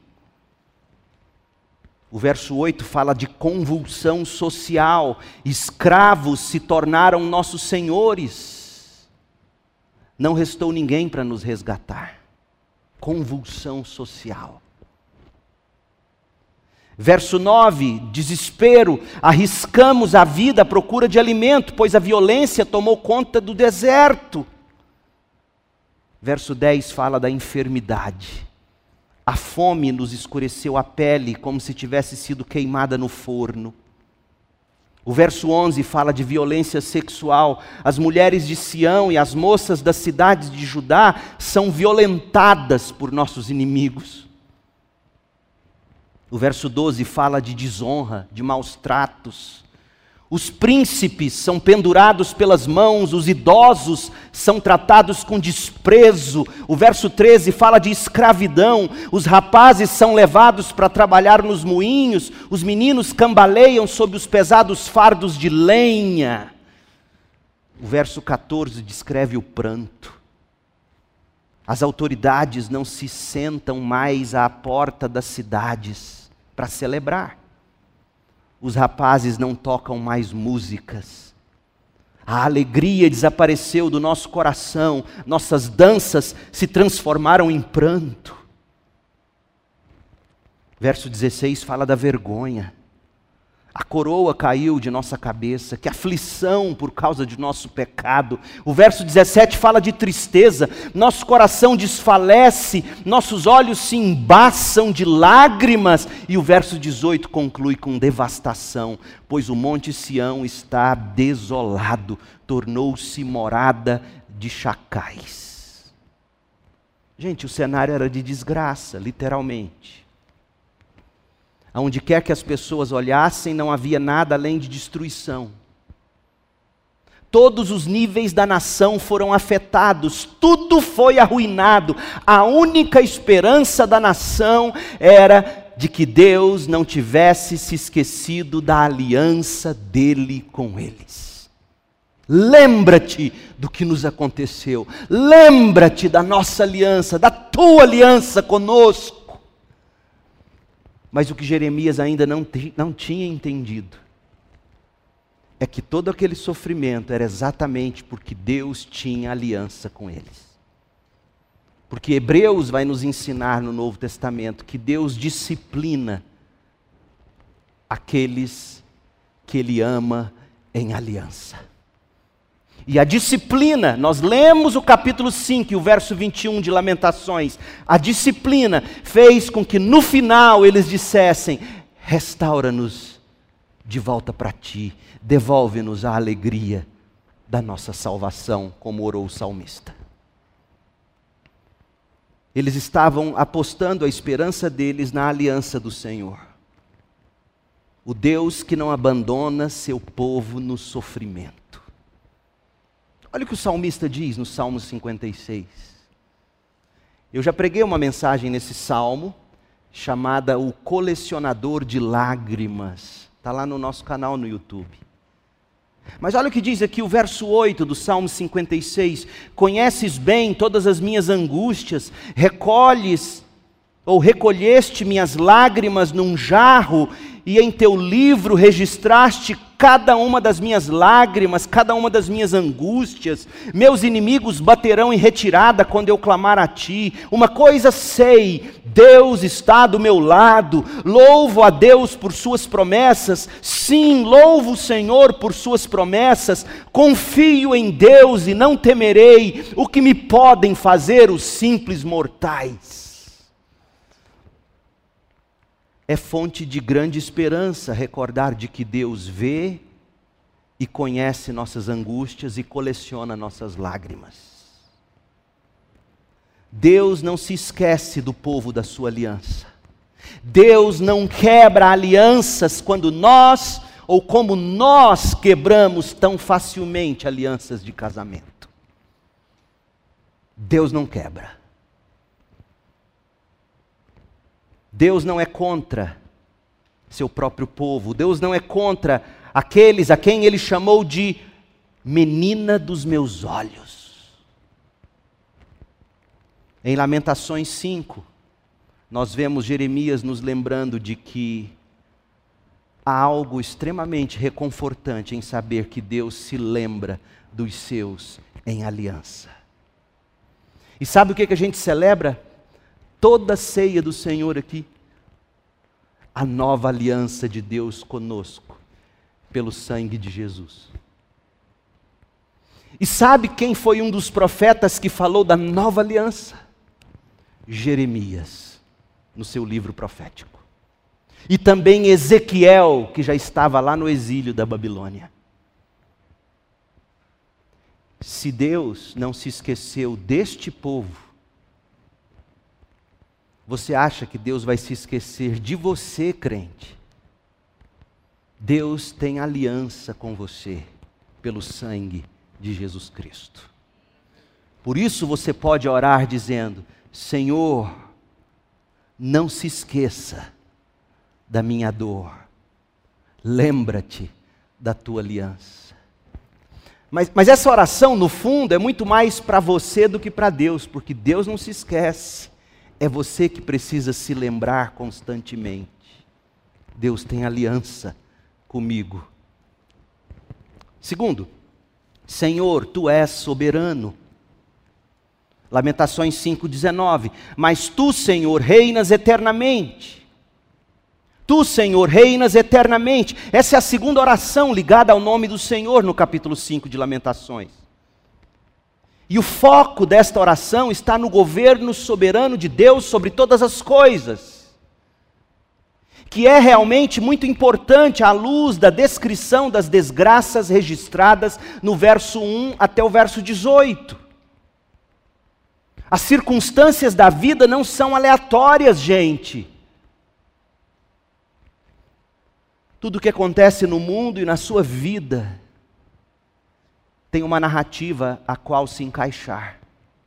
O verso oito fala de convulsão social. Escravos se tornaram nossos senhores. Não restou ninguém para nos resgatar. Convulsão social. Verso nove, desespero. Arriscamos a vida à procura de alimento, pois a violência tomou conta do deserto. Verso dez fala da enfermidade. A fome nos escureceu a pele, como se tivesse sido queimada no forno. O verso onze fala de violência sexual. As mulheres de Sião e as moças das cidades de Judá são violentadas por nossos inimigos. O verso doze fala de desonra, de maus tratos. Os príncipes são pendurados pelas mãos, os idosos são tratados com desprezo. O verso treze fala de escravidão. Os rapazes são levados para trabalhar nos moinhos, os meninos cambaleiam sob os pesados fardos de lenha. O verso quatorze descreve o pranto. As autoridades não se sentam mais à porta das cidades para celebrar. Os rapazes não tocam mais músicas. A alegria desapareceu do nosso coração. Nossas danças se transformaram em pranto. Verso dezesseis fala da vergonha. A coroa caiu de nossa cabeça, que aflição por causa de nosso pecado. O verso dezessete fala de tristeza, nosso coração desfalece, nossos olhos se embaçam de lágrimas. E o verso dezoito conclui com devastação, pois o monte Sião está desolado, tornou-se morada de chacais. Gente, o cenário era de desgraça, literalmente. Aonde quer que as pessoas olhassem, não havia nada além de destruição. Todos os níveis da nação foram afetados, tudo foi arruinado. A única esperança da nação era de que Deus não tivesse se esquecido da aliança dele com eles. Lembra-te do que nos aconteceu, lembra-te da nossa aliança, da tua aliança conosco. Mas o que Jeremias ainda não, não tinha entendido é que todo aquele sofrimento era exatamente porque Deus tinha aliança com eles. Porque Hebreus vai nos ensinar no Novo Testamento que Deus disciplina aqueles que Ele ama em aliança. E a disciplina, nós lemos o capítulo cinco e o verso vinte e um de Lamentações. A disciplina fez com que no final eles dissessem: restaura-nos de volta para ti, devolve-nos a alegria da nossa salvação, como orou o salmista. Eles estavam apostando a esperança deles na aliança do Senhor. O Deus que não abandona seu povo no sofrimento. Olha o que o salmista diz no Salmo cinquenta e seis. Eu já preguei uma mensagem nesse salmo, chamada O Colecionador de Lágrimas. Está lá no nosso canal no YouTube. Mas olha o que diz aqui o verso oito do Salmo cinquenta e seis. Conheces bem todas as minhas angústias, recolhes ou recolheste minhas lágrimas num jarro, e em teu livro registraste cada uma das minhas lágrimas, cada uma das minhas angústias. Meus inimigos baterão em retirada quando eu clamar a ti. Uma coisa sei, Deus está do meu lado. Louvo a Deus por suas promessas. Sim, louvo o Senhor por suas promessas. Confio em Deus e não temerei o que me podem fazer os simples mortais. É fonte de grande esperança recordar de que Deus vê e conhece nossas angústias e coleciona nossas lágrimas. Deus não se esquece do povo da sua aliança. Deus não quebra alianças quando nós, ou como nós quebramos tão facilmente alianças de casamento. Deus não quebra. Deus não é contra seu próprio povo. Deus não é contra aqueles a quem Ele chamou de menina dos meus olhos. Em Lamentações cinco, nós vemos Jeremias nos lembrando de que há algo extremamente reconfortante em saber que Deus se lembra dos seus em aliança. E sabe o que a gente celebra? Toda a ceia do Senhor aqui, a nova aliança de Deus conosco, pelo sangue de Jesus. E sabe quem foi um dos profetas que falou da nova aliança? Jeremias, no seu livro profético. E também Ezequiel, que já estava lá no exílio da Babilônia. Se Deus não se esqueceu deste povo, você acha que Deus vai se esquecer de você, crente? Deus tem aliança com você pelo sangue de Jesus Cristo. Por isso você pode orar dizendo: Senhor, não se esqueça da minha dor, lembra-te da tua aliança. Mas, mas essa oração, no fundo, é muito mais para você do que para Deus, porque Deus não se esquece, é você que precisa se lembrar constantemente. Deus tem aliança comigo. Segundo, Senhor, tu és soberano. Lamentações cinco, dezenove. Mas tu, Senhor, reinas eternamente. Tu, Senhor, reinas eternamente. Essa é a segunda oração ligada ao nome do Senhor no capítulo cinco de Lamentações. E o foco desta oração está no governo soberano de Deus sobre todas as coisas, que é realmente muito importante à luz da descrição das desgraças registradas no verso um até o verso dezoito. As circunstâncias da vida não são aleatórias, gente. Tudo o que acontece no mundo e na sua vida tem uma narrativa a qual se encaixar.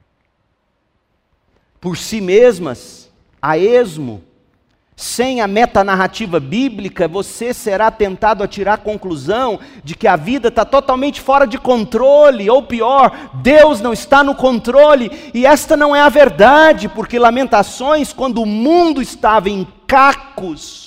Por si mesmas, a esmo, sem a metanarrativa bíblica, você será tentado a tirar a conclusão de que a vida está totalmente fora de controle, ou pior, Deus não está no controle, e esta não é a verdade, porque Lamentações, quando o mundo estava em cacos,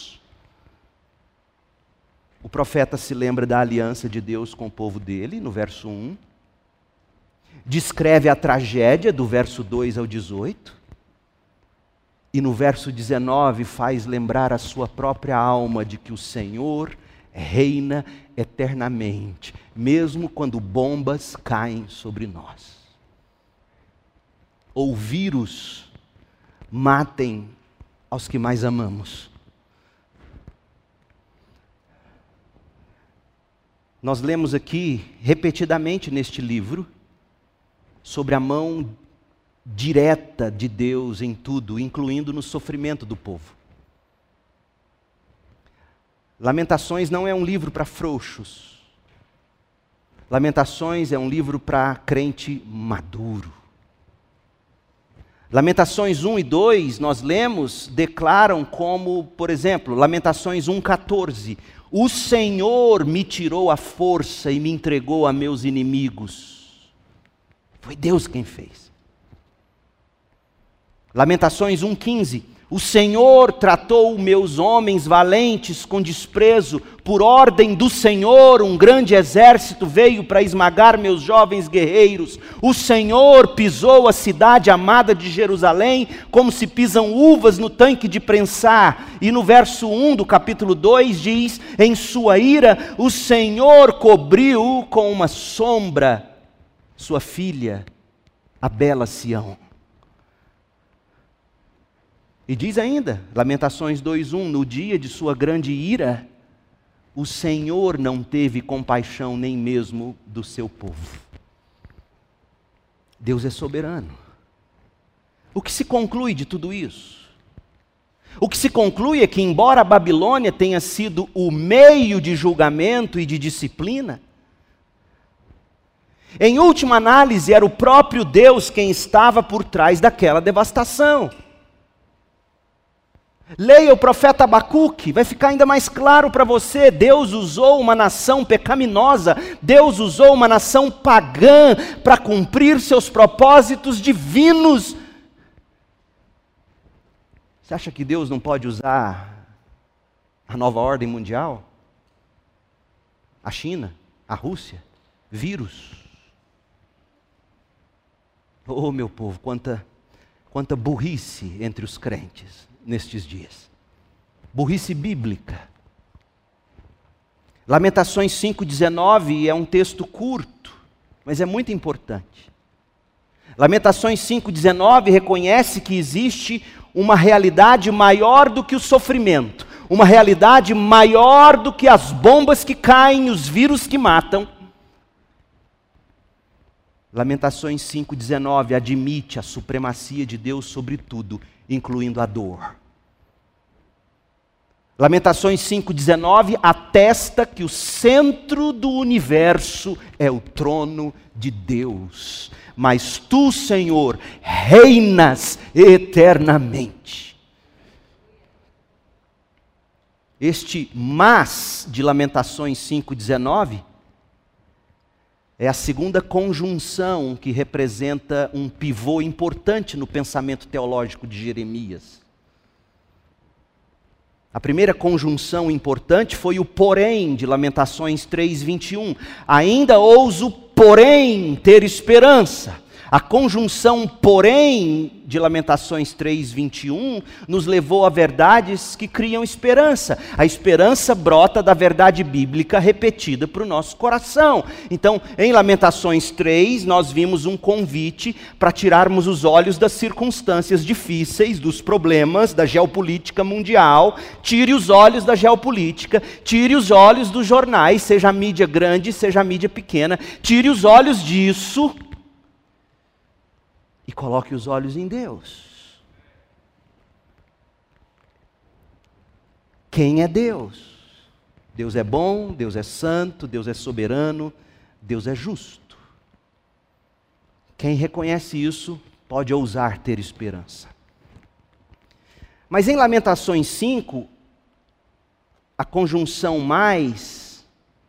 o profeta se lembra da aliança de Deus com o povo dele, no verso um, descreve a tragédia do verso dois ao dezoito, e no verso dezenove faz lembrar a sua própria alma de que o Senhor reina eternamente, mesmo quando bombas caem sobre nós, ou vírus matem aos que mais amamos. Nós lemos aqui, repetidamente neste livro, sobre a mão direta de Deus em tudo, incluindo no sofrimento do povo. Lamentações não é um livro para frouxos. Lamentações é um livro para crente maduro. Lamentações um e dois, nós lemos, declaram como, por exemplo, Lamentações um, catorze. O Senhor me tirou a força e me entregou a meus inimigos. Foi Deus quem fez. Lamentações um, quinze. O Senhor tratou meus homens valentes com desprezo. Por ordem do Senhor, um grande exército veio para esmagar meus jovens guerreiros. O Senhor pisou a cidade amada de Jerusalém, como se pisam uvas no tanque de prensar. E no verso um do capítulo dois diz: em sua ira, o Senhor cobriu com uma sombra sua filha, a bela Sião. E diz ainda, Lamentações dois, um, no dia de sua grande ira, o Senhor não teve compaixão nem mesmo do seu povo. Deus é soberano. O que se conclui de tudo isso? O que se conclui é que, embora a Babilônia tenha sido o meio de julgamento e de disciplina, em última análise era o próprio Deus quem estava por trás daquela devastação. Leia o profeta Abacuque, vai ficar ainda mais claro para você. Deus usou uma nação pecaminosa, Deus usou uma nação pagã para cumprir seus propósitos divinos. Você acha que Deus não pode usar a nova ordem mundial? A China, a Rússia, vírus. Oh, meu povo, quanta, quanta burrice entre os crentes nestes dias. Burrice bíblica. Lamentações cinco, dezenove é um texto curto, mas é muito importante. Lamentações cinco, dezenove reconhece que existe uma realidade maior do que o sofrimento, uma realidade maior do que as bombas que caem, os vírus que matam. Lamentações cinco, dezenove admite a supremacia de Deus sobre tudo, incluindo a dor. Lamentações cinco, dezenove atesta que o centro do universo é o trono de Deus. Mas tu, Senhor, reinas eternamente. Este mas de Lamentações cinco, dezenove é a segunda conjunção que representa um pivô importante no pensamento teológico de Jeremias. A primeira conjunção importante foi o porém de Lamentações três, vinte e um. Ainda ouso, porém, ter esperança. A conjunção porém de Lamentações três, vinte e um nos levou a verdades que criam esperança. A esperança brota da verdade bíblica repetida para o nosso coração. Então, em Lamentações três, nós vimos um convite para tirarmos os olhos das circunstâncias difíceis, dos problemas da geopolítica mundial. Tire os olhos da geopolítica, tire os olhos dos jornais, seja a mídia grande, seja a mídia pequena. Tire os olhos disso e coloque os olhos em Deus. Quem é Deus? Deus é bom, Deus é santo, Deus é soberano, Deus é justo. Quem reconhece isso pode ousar ter esperança. Mas em Lamentações cinco, a conjunção mais,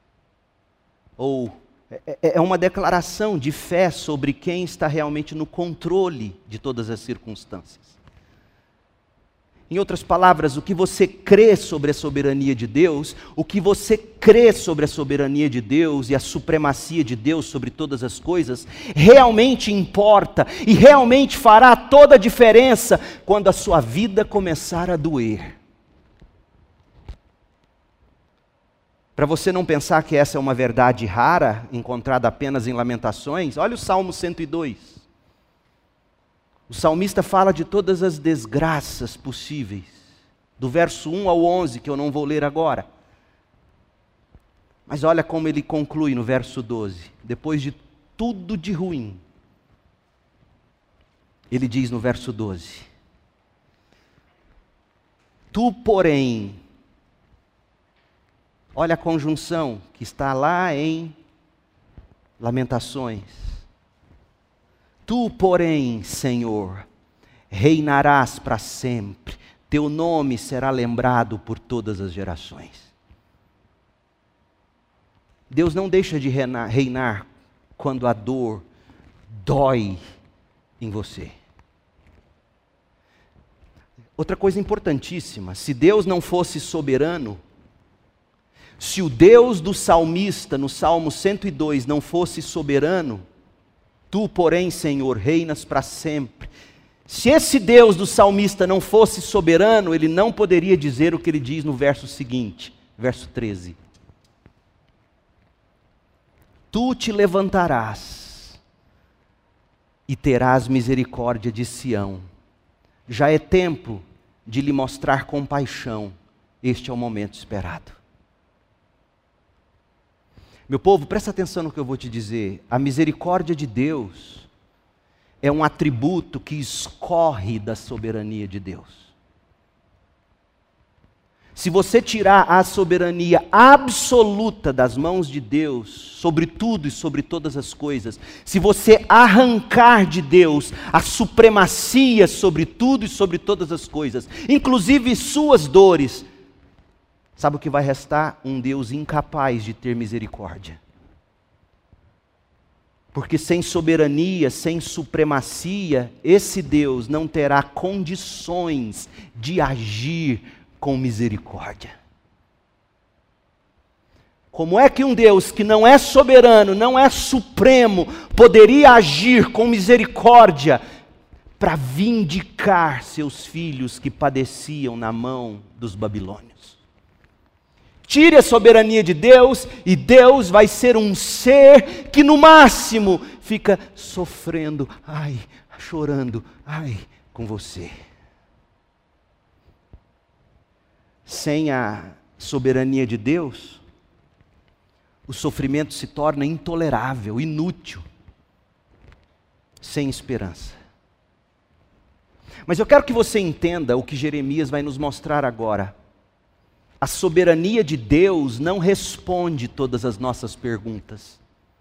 ou é uma declaração de fé sobre quem está realmente no controle de todas as circunstâncias. Em outras palavras, o que você crê sobre a soberania de Deus, o que você crê sobre a soberania de Deus e a supremacia de Deus sobre todas as coisas, realmente importa e realmente fará toda a diferença quando a sua vida começar a doer. Para você não pensar que essa é uma verdade rara, encontrada apenas em Lamentações, olha o Salmo cento e dois. O salmista fala de todas as desgraças possíveis, do verso um ao onze, que eu não vou ler agora. Mas olha como ele conclui no verso doze. Depois de tudo de ruim, ele diz no verso doze: Tu, porém, olha a conjunção que está lá em Lamentações. Tu, porém, Senhor, reinarás para sempre. Teu nome será lembrado por todas as gerações. Deus não deixa de reinar, reinar quando a dor dói em você. Outra coisa importantíssima, se Deus não fosse soberano, se o Deus do salmista, no Salmo cento e dois, não fosse soberano, tu, porém, Senhor, reinas para sempre. Se esse Deus do salmista não fosse soberano, ele não poderia dizer o que ele diz no verso seguinte, verso treze. Tu te levantarás e terás misericórdia de Sião. Já é tempo de lhe mostrar compaixão. Este é o momento esperado. Meu povo, presta atenção no que eu vou te dizer. A misericórdia de Deus é um atributo que escorre da soberania de Deus. Se você tirar a soberania absoluta das mãos de Deus, sobre tudo e sobre todas as coisas, se você arrancar de Deus a supremacia sobre tudo e sobre todas as coisas, inclusive suas dores, sabe o que vai restar? Um Deus incapaz de ter misericórdia. Porque sem soberania, sem supremacia, esse Deus não terá condições de agir com misericórdia. Como é que um Deus que não é soberano, não é supremo, poderia agir com misericórdia para vindicar seus filhos que padeciam na mão dos babilônios? Tire a soberania de Deus e Deus vai ser um ser que no máximo fica sofrendo, ai, chorando, ai, com você. Sem a soberania de Deus, o sofrimento se torna intolerável, inútil, sem esperança. Mas eu quero que você entenda o que Jeremias vai nos mostrar agora. a soberania de Deus não responde todas as nossas perguntas.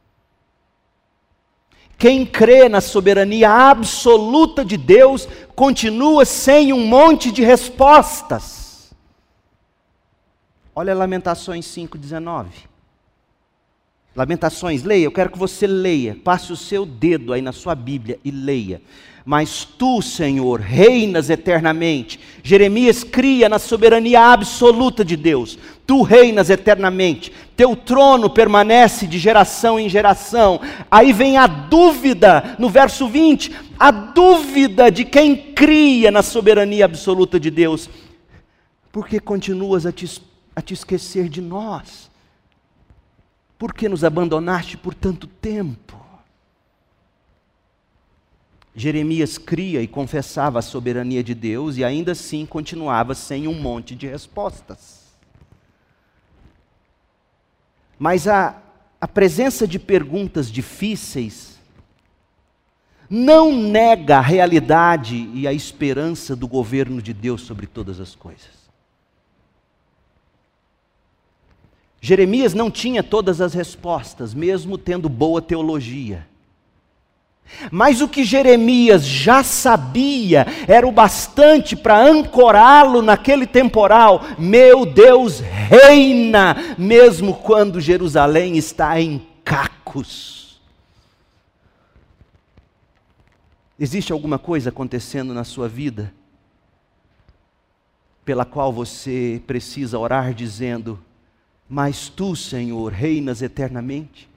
Quem crê na soberania absoluta de Deus continua sem um monte de respostas. Olha Lamentações cinco, dezenove. Lamentações, leia, eu quero que você leia, passe o seu dedo aí na sua Bíblia e leia. Mas tu, Senhor, reinas eternamente. Jeremias cria na soberania absoluta de Deus. Tu reinas eternamente. Teu trono permanece de geração em geração. Aí vem a dúvida, no verso vinte, a dúvida de quem cria na soberania absoluta de Deus. Por que continuas a te, a te esquecer de nós? Por que nos abandonaste por tanto tempo? Jeremias cria e confessava a soberania de Deus e ainda assim continuava sem um monte de respostas. Mas a, a presença de perguntas difíceis não nega a realidade e a esperança do governo de Deus sobre todas as coisas. Jeremias não tinha todas as respostas, mesmo tendo boa teologia. Mas o que Jeremias já sabia era o bastante para ancorá-lo naquele temporal. Meu Deus reina, mesmo quando Jerusalém está em cacos. Existe alguma coisa acontecendo na sua vida pela qual você precisa orar dizendo: mas tu, Senhor, reinas eternamente?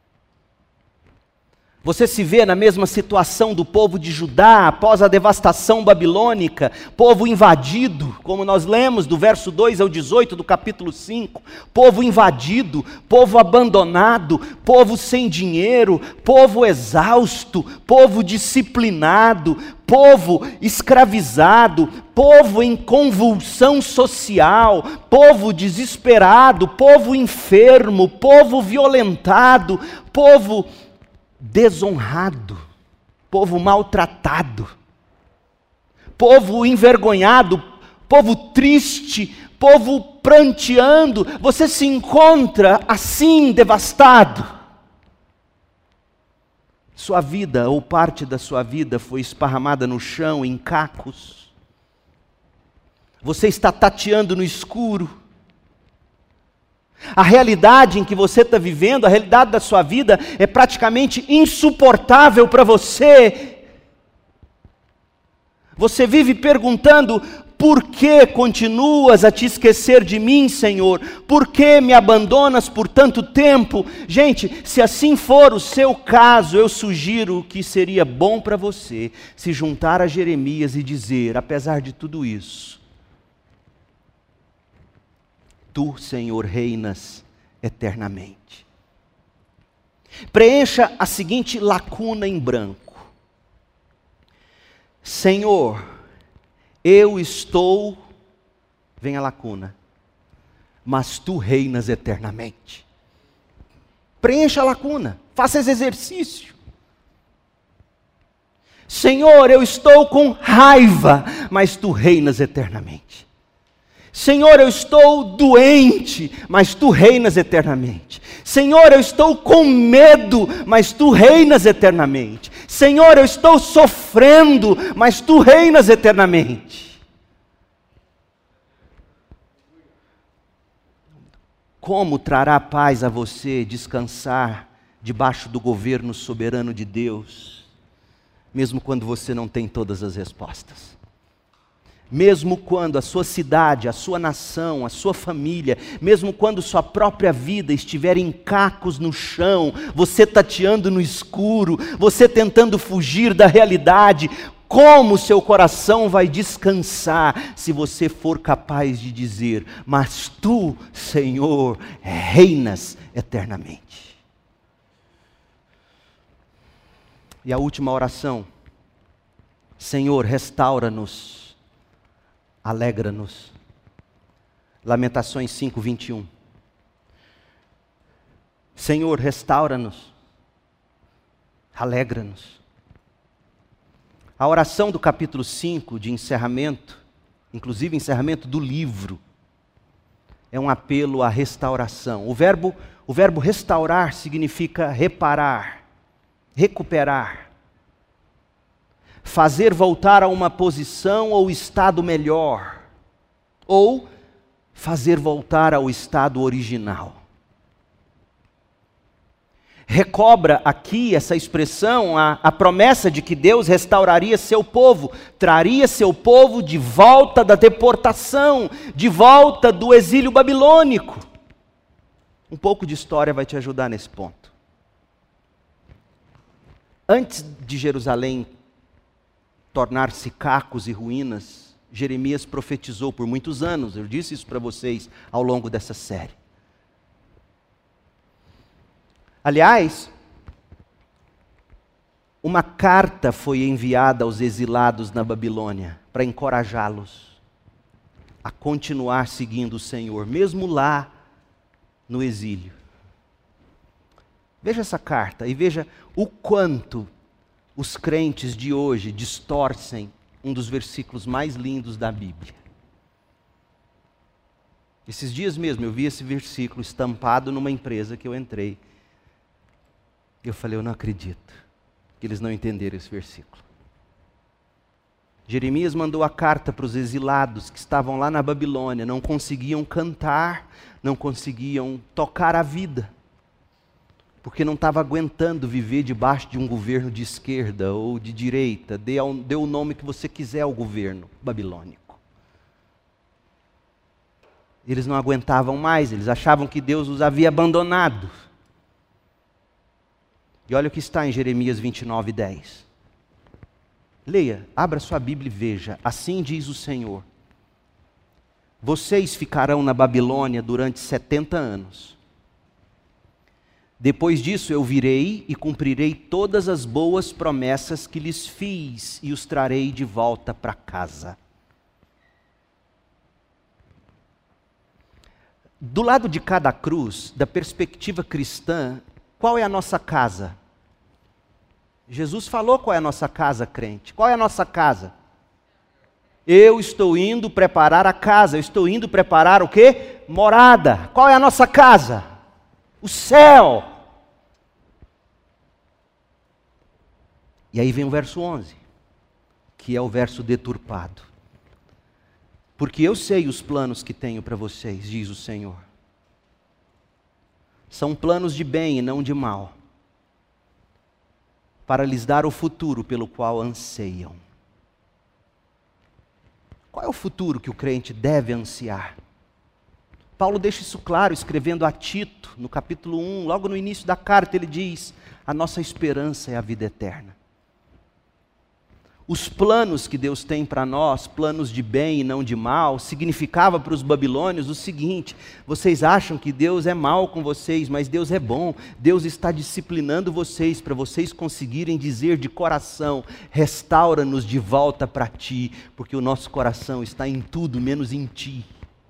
Você se vê na mesma situação do povo de Judá após a devastação babilônica, povo invadido, como nós lemos do verso dois ao dezoito do capítulo cinco, povo invadido, povo abandonado, povo sem dinheiro, povo exausto, povo disciplinado, povo escravizado, povo em convulsão social, povo desesperado, povo enfermo, povo violentado, povo desonrado, povo maltratado, povo envergonhado, povo triste, povo pranteando. Você se encontra assim devastado. Sua vida ou parte da sua vida foi esparramada no chão em cacos. Você está tateando no escuro. A realidade em que você está vivendo, a realidade da sua vida é praticamente insuportável para você. Você vive perguntando: por que continuas a te esquecer de mim, Senhor? Por que me abandonas por tanto tempo? Gente, se assim for o seu caso, eu sugiro que seria bom para você se juntar a Jeremias e dizer: apesar de tudo isso, tu, Senhor, reinas eternamente. Preencha a seguinte lacuna em branco: Senhor, eu estou, vem a lacuna, mas tu reinas eternamente. Preencha a lacuna, faça esse exercício. Senhor, eu estou com raiva, mas tu reinas eternamente. Senhor, eu estou doente, mas tu reinas eternamente. Senhor, eu estou com medo, mas tu reinas eternamente. Senhor, eu estou sofrendo, mas tu reinas eternamente. Como trará paz a você descansar debaixo do governo soberano de Deus, mesmo quando você não tem todas as respostas? Mesmo quando a sua cidade, a sua nação, a sua família, mesmo quando sua própria vida estiver em cacos no chão, você tateando no escuro, você tentando fugir da realidade, como seu coração vai descansar se você for capaz de dizer: mas tu, Senhor, reinas eternamente. E a última oração: Senhor, restaura-nos, alegra-nos. Lamentações cinco, vinte e um. Senhor, restaura-nos, alegra-nos. A oração do capítulo cinco de encerramento, inclusive encerramento do livro, é um apelo à restauração. O verbo, o verbo restaurar significa reparar, recuperar, fazer voltar a uma posição ou estado melhor, ou fazer voltar ao estado original. Recobra aqui essa expressão, a, a promessa de que Deus restauraria seu povo, traria seu povo de volta da deportação, de volta do exílio babilônico. Um pouco de história vai te ajudar nesse ponto. Antes de Jerusalém tornar-se cacos e ruínas, Jeremias profetizou por muitos anos, eu disse isso para vocês ao longo dessa série. Aliás, uma carta foi enviada aos exilados na Babilônia para encorajá-los a continuar seguindo o Senhor, mesmo lá no exílio. Veja essa carta e veja o quanto os crentes de hoje distorcem um dos versículos mais lindos da Bíblia. Esses dias mesmo eu vi esse versículo estampado numa empresa que eu entrei. Eu falei, eu não acredito que eles não entenderam esse versículo. Jeremias mandou a carta para os exilados que estavam lá na Babilônia, não conseguiam cantar, não conseguiam tocar a vida, porque não estava aguentando viver debaixo de um governo de esquerda ou de direita. Dê, dê o nome que você quiser ao governo babilônico. Eles não aguentavam mais, eles achavam que Deus os havia abandonado. E olha o que está em Jeremias vinte e nove, dez. Leia, abra sua Bíblia e veja. Assim diz o Senhor: vocês ficarão na Babilônia durante setenta anos. Depois disso eu virei e cumprirei todas as boas promessas que lhes fiz e os trarei de volta para casa. Do lado de cada cruz, da perspectiva cristã, qual é a nossa casa? Jesus falou qual é a nossa casa, crente. Qual é a nossa casa? Eu estou indo preparar a casa. Eu estou indo preparar o quê? Morada. Qual é a nossa casa? O céu. E aí vem o verso onze, que é o verso deturpado. Porque eu sei os planos que tenho para vocês, diz o Senhor. São planos de bem e não de mal, para lhes dar o futuro pelo qual anseiam. Qual é o futuro que o crente deve ansiar? Paulo deixa isso claro, escrevendo a Tito, no capítulo um, logo no início da carta, ele diz: a nossa esperança é a vida eterna. Os planos que Deus tem para nós, planos de bem e não de mal, significava para os babilônios o seguinte: vocês acham que Deus é mal com vocês, mas Deus é bom. Deus está disciplinando vocês para vocês conseguirem dizer de coração: restaura-nos de volta para ti, porque o nosso coração está em tudo menos em ti.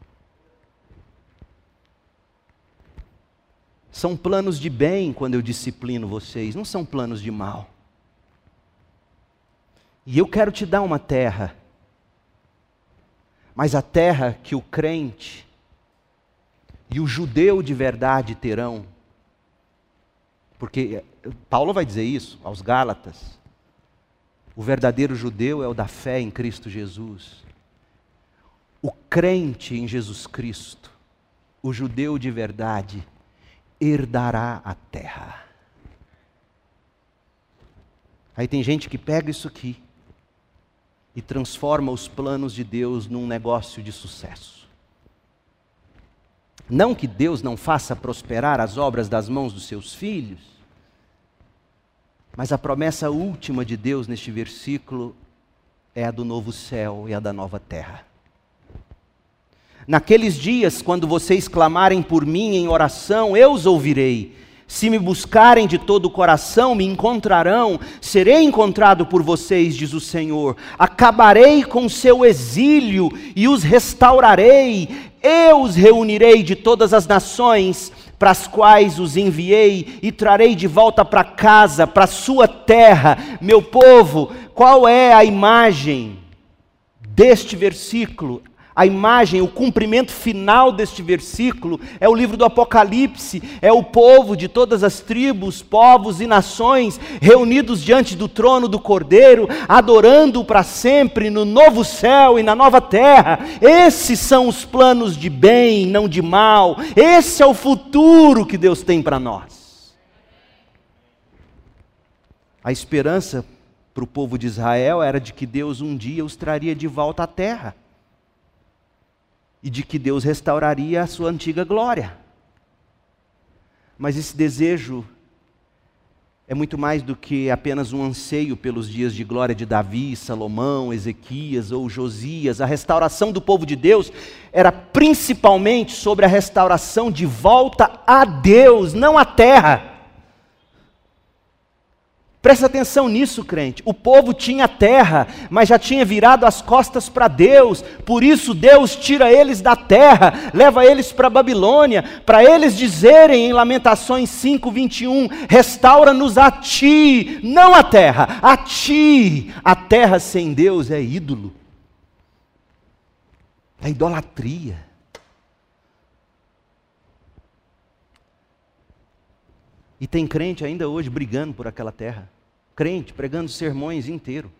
São planos de bem quando eu disciplino vocês, não são planos de mal. E eu quero te dar uma terra, mas a terra que o crente e o judeu de verdade terão, porque Paulo vai dizer isso aos Gálatas: o verdadeiro judeu é o da fé em Cristo Jesus. O crente em Jesus Cristo, o judeu de verdade, herdará a terra. Aí tem gente que pega isso aqui e transforma os planos de Deus num negócio de sucesso. Não que Deus não faça prosperar as obras das mãos dos seus filhos, mas a promessa última de Deus neste versículo é a do novo céu e a da nova terra. Naqueles dias, quando vocês clamarem por mim em oração, eu os ouvirei. Se me buscarem de todo o coração, me encontrarão, serei encontrado por vocês, diz o Senhor. Acabarei com seu exílio e os restaurarei. Eu os reunirei de todas as nações para as quais os enviei e trarei de volta para casa, para a sua terra. Meu povo, qual é a imagem deste versículo? A imagem, o cumprimento final deste versículo é o livro do Apocalipse, é o povo de todas as tribos, povos e nações reunidos diante do trono do Cordeiro, adorando-o para sempre no novo céu e na nova terra. Esses são os planos de bem, não de mal. Esse é o futuro que Deus tem para nós. A esperança para o povo de Israel era de que Deus um dia os traria de volta à terra. E de que Deus restauraria a sua antiga glória. Mas esse desejo é muito mais do que apenas um anseio pelos dias de glória de Davi, Salomão, Ezequias ou Josias. A restauração do povo de Deus era principalmente sobre a restauração de volta a Deus, não à terra. Presta atenção nisso, crente. O povo tinha terra, mas já tinha virado as costas para Deus. Por isso Deus tira eles da terra, leva eles para a Babilônia, para eles dizerem em Lamentações cinco, vinte e um, restaura-nos a ti, não a terra, a ti. A terra sem Deus é ídolo, é idolatria. E tem crente ainda hoje brigando por aquela terra. Crente pregando sermões inteiros.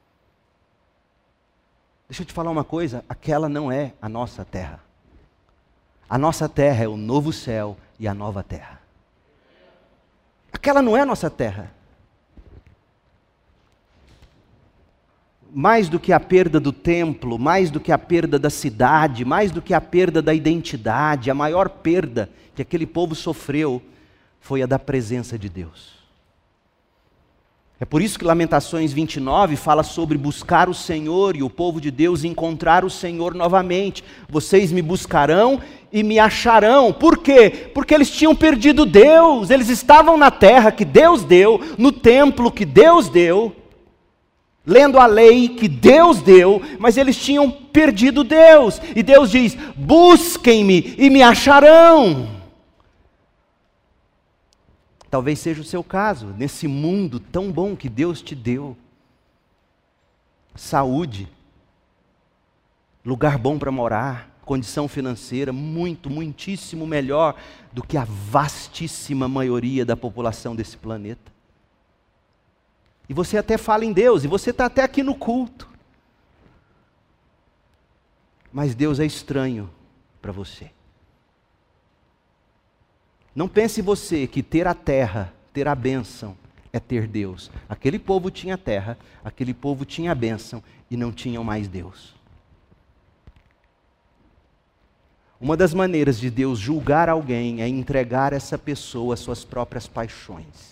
Deixa eu te falar uma coisa, aquela não é a nossa terra. A nossa terra é o novo céu e a nova terra. Aquela não é a nossa terra. Mais do que a perda do templo, mais do que a perda da cidade, mais do que a perda da identidade, a maior perda que aquele povo sofreu foi a da presença de Deus. É por isso que Lamentações vinte e nove fala sobre buscar o Senhor e o povo de Deus encontrar o Senhor novamente. Vocês me buscarão e me acharão. Por quê? Porque eles tinham perdido Deus. Eles estavam na terra que Deus deu, no templo que Deus deu, lendo a lei que Deus deu, mas eles tinham perdido Deus. E Deus diz: busquem-me e me acharão. Talvez seja o seu caso, nesse mundo tão bom que Deus te deu. Saúde, lugar bom para morar, condição financeira muito, muitíssimo melhor do que a vastíssima maioria da população desse planeta. E você até fala em Deus, e você está até aqui no culto. Mas Deus é estranho para você. Não pense você que ter a terra, ter a bênção, é ter Deus. Aquele povo tinha terra, aquele povo tinha a bênção e não tinham mais Deus. Uma das maneiras de Deus julgar alguém é entregar essa pessoa às suas próprias paixões.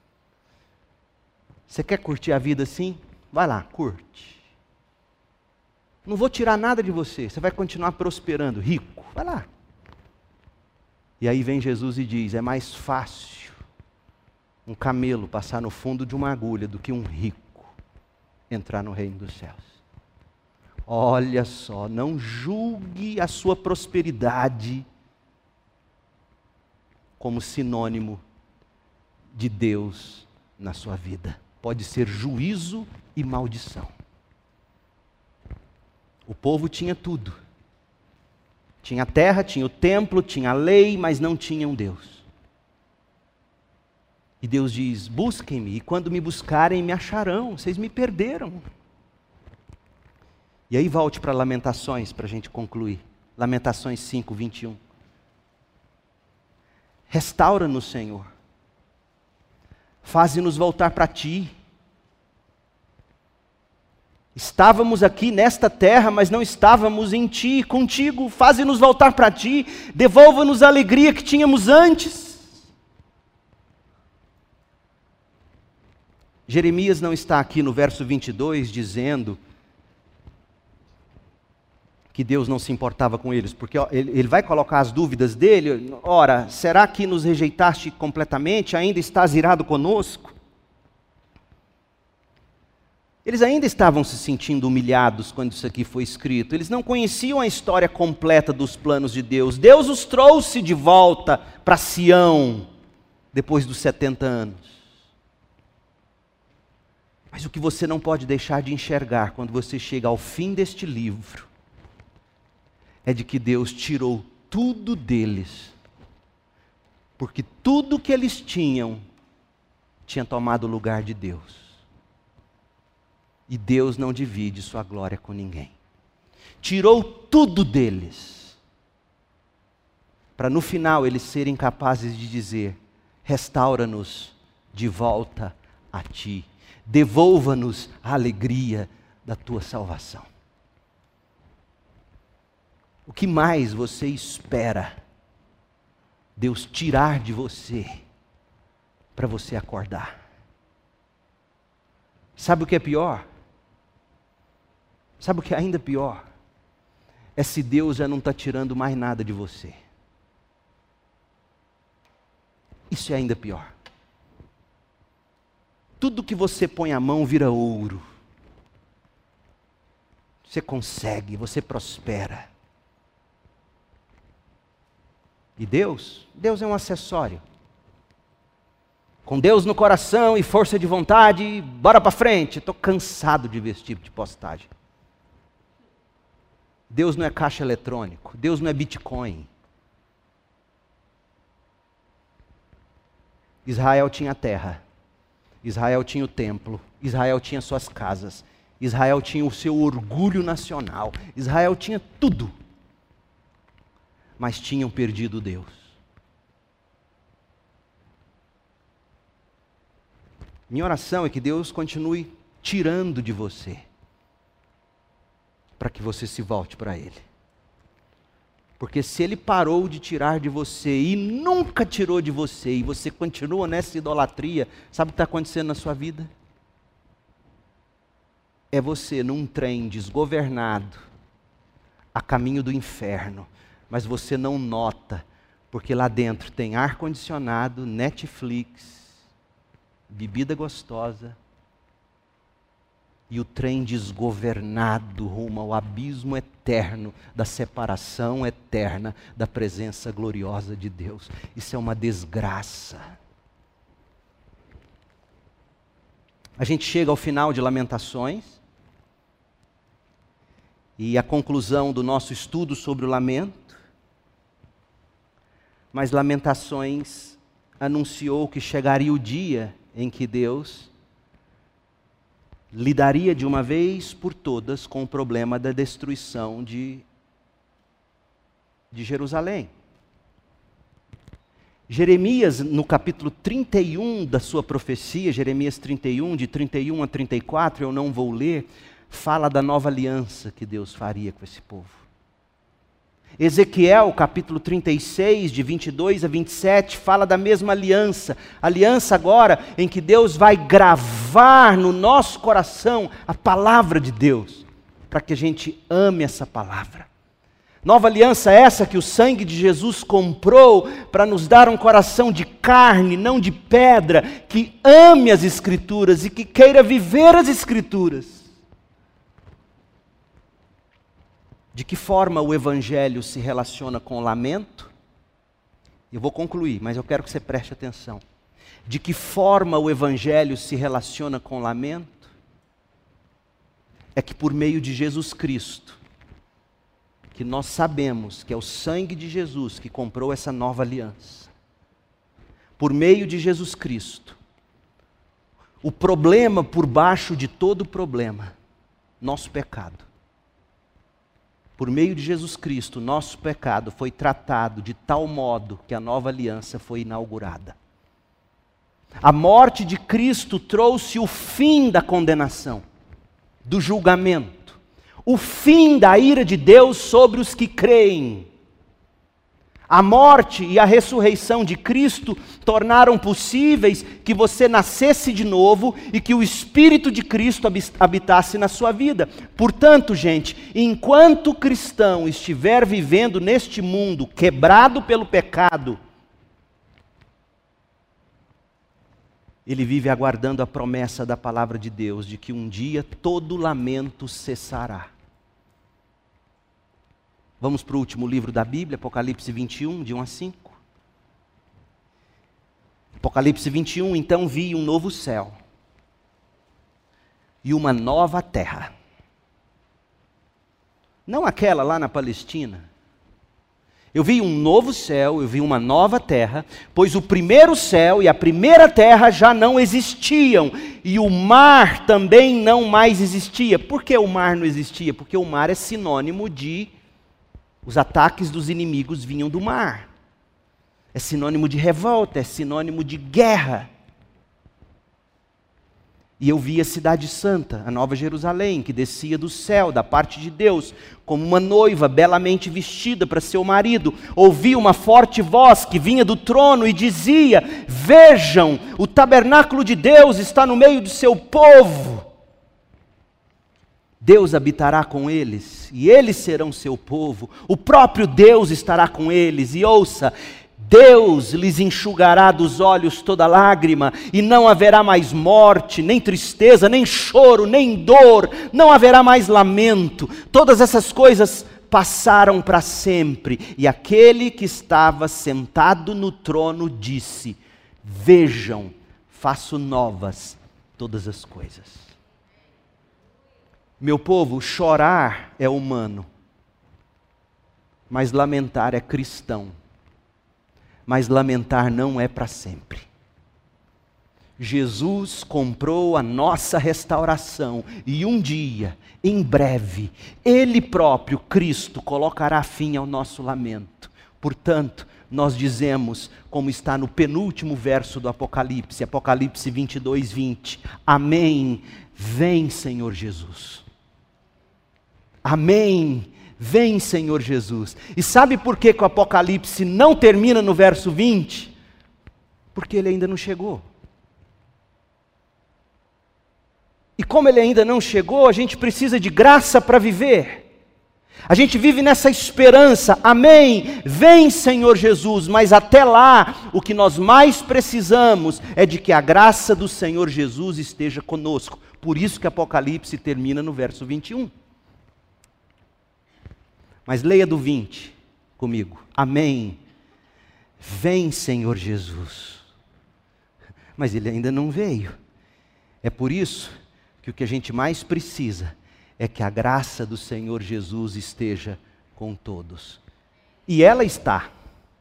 Você quer curtir a vida assim? Vai lá, curte. Não vou tirar nada de você, você vai continuar prosperando, rico. Vai lá. E aí vem Jesus e diz: é mais fácil um camelo passar no fundo de uma agulha do que um rico entrar no reino dos céus. Olha só, não julgue a sua prosperidade como sinônimo de Deus na sua vida. Pode ser juízo e maldição. O povo tinha tudo. Tinha a terra, tinha o templo, tinha a lei, mas não tinham Deus. E Deus diz: busquem-me, e quando me buscarem, me acharão. Vocês me perderam. E aí volte para Lamentações, para a gente concluir. Lamentações cinco, vinte e um. Restaura-nos, Senhor. Faze-nos voltar para Ti. Estávamos aqui nesta terra, mas não estávamos em Ti, contigo. Faze-nos voltar para Ti. Devolva-nos a alegria que tínhamos antes. Jeremias não está aqui no verso vinte e dois dizendo que Deus não se importava com eles, porque ó, ele, ele vai colocar as dúvidas dele. Ora, será que nos rejeitaste completamente? Ainda estás irado conosco? Eles ainda estavam se sentindo humilhados quando isso aqui foi escrito. Eles não conheciam a história completa dos planos de Deus. Deus os trouxe de volta para Sião, depois dos setenta anos. Mas o que você não pode deixar de enxergar quando você chega ao fim deste livro, é de que Deus tirou tudo deles, porque tudo que eles tinham tinha tomado o lugar de Deus. E Deus não divide sua glória com ninguém. Tirou tudo deles, para no final eles serem capazes de dizer: restaura-nos de volta a Ti, devolva-nos a alegria da Tua salvação. O que mais você espera Deus tirar de você para você acordar? Sabe o que é pior? Sabe o que é ainda pior? É se Deus já não está tirando mais nada de você. Isso é ainda pior. Tudo que você põe a mão vira ouro. Você consegue, você prospera. E Deus? Deus é um acessório. Com Deus no coração e força de vontade, bora para frente. Estou cansado de ver esse tipo de postagem. Deus não é caixa eletrônico, Deus não é Bitcoin. Israel tinha terra, Israel tinha o templo, Israel tinha suas casas, Israel tinha o seu orgulho nacional, Israel tinha tudo, mas tinham perdido Deus. Minha oração é que Deus continue tirando de você, para que você se volte para Ele. Porque se Ele parou de tirar de você e nunca tirou de você, e você continua nessa idolatria, sabe o que está acontecendo na sua vida? É você num trem desgovernado, a caminho do inferno, mas você não nota, porque lá dentro tem ar-condicionado, Netflix, bebida gostosa, e o trem desgovernado rumo ao abismo eterno da separação eterna da presença gloriosa de Deus. Isso é uma desgraça. A gente chega ao final de Lamentações, e a conclusão do nosso estudo sobre o lamento, mas Lamentações anunciou que chegaria o dia em que Deus lidaria de uma vez por todas com o problema da destruição de, de Jerusalém. Jeremias, no capítulo trinta e um da sua profecia, Jeremias trinta e um, de trinta e um a trinta e quatro, eu não vou ler, fala da nova aliança que Deus faria com esse povo. Ezequiel, capítulo trinta e seis, de vinte e dois a vinte e sete, fala da mesma aliança. Aliança agora em que Deus vai gravar no nosso coração a palavra de Deus, para que a gente ame essa palavra. Nova aliança essa que o sangue de Jesus comprou para nos dar um coração de carne, não de pedra, que ame as Escrituras e que queira viver as Escrituras. De que forma o Evangelho se relaciona com o lamento? Eu vou concluir, mas eu quero que você preste atenção. De que forma o Evangelho se relaciona com o lamento? É que por meio de Jesus Cristo, que nós sabemos que é o sangue de Jesus que comprou essa nova aliança. Por meio de Jesus Cristo, o problema por baixo de todo problema, nosso pecado. Por meio de Jesus Cristo, nosso pecado foi tratado de tal modo que a nova aliança foi inaugurada. A morte de Cristo trouxe o fim da condenação, do julgamento, o fim da ira de Deus sobre os que creem. A morte e a ressurreição de Cristo tornaram possíveis que você nascesse de novo e que o Espírito de Cristo habitasse na sua vida. Portanto, gente, enquanto o cristão estiver vivendo neste mundo quebrado pelo pecado, ele vive aguardando a promessa da palavra de Deus de que um dia todo lamento cessará. Vamos para o último livro da Bíblia, Apocalipse vinte e um, de um a cinco. Apocalipse vinte e um, então vi um novo céu e uma nova terra. Não aquela lá na Palestina, Eu vi um novo céu, eu vi uma nova terra, pois o primeiro céu e a primeira terra já não existiam, e o mar também não mais existia. Por que o mar não existia? Porque o mar é sinônimo de... os ataques dos inimigos vinham do mar. É sinônimo de revolta, é sinônimo de guerra. E eu vi a cidade santa, a Nova Jerusalém, que descia do céu, da parte de Deus, como uma noiva belamente vestida para seu marido. Ouvi uma forte voz que vinha do trono e dizia: vejam, o tabernáculo de Deus está no meio do seu povo. Deus habitará com eles, e eles serão seu povo. O próprio Deus estará com eles, e ouça, Deus lhes enxugará dos olhos toda lágrima, e não haverá mais morte, nem tristeza, nem choro, nem dor, não haverá mais lamento. Todas essas coisas passaram para sempre. E aquele que estava sentado no trono disse: vejam, faço novas todas as coisas. Meu povo, chorar é humano, mas lamentar é cristão. Mas lamentar não é para sempre. Jesus comprou a nossa restauração e um dia, em breve, Ele próprio, Cristo, colocará fim ao nosso lamento. Portanto, nós dizemos, como está no penúltimo verso do Apocalipse, Apocalipse vinte e dois, vinte, amém, vem Senhor Jesus. Amém. Vem, Senhor Jesus. E sabe por que, que o Apocalipse não termina no verso vinte? Porque ele ainda não chegou. E como ele ainda não chegou, a gente precisa de graça para viver. A gente vive nessa esperança. Amém. Vem, Senhor Jesus. Mas até lá, o que nós mais precisamos é de que a graça do Senhor Jesus esteja conosco. Por isso que Apocalipse termina no verso vinte e um. Mas leia do vinte comigo. Amém. Vem, Senhor Jesus. Mas ele ainda não veio. É por isso que o que a gente mais precisa é que a graça do Senhor Jesus esteja com todos. E ela está.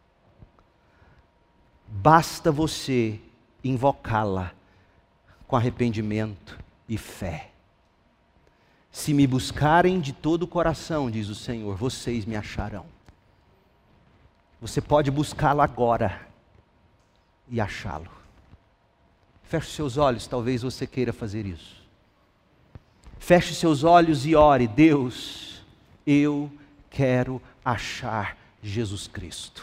Basta você invocá-la com arrependimento e fé. Se me buscarem de todo o coração, diz o Senhor, vocês me acharão. Você pode buscá-lo agora e achá-lo. Feche seus olhos, talvez você queira fazer isso. Feche seus olhos e ore: Deus, eu quero achar Jesus Cristo.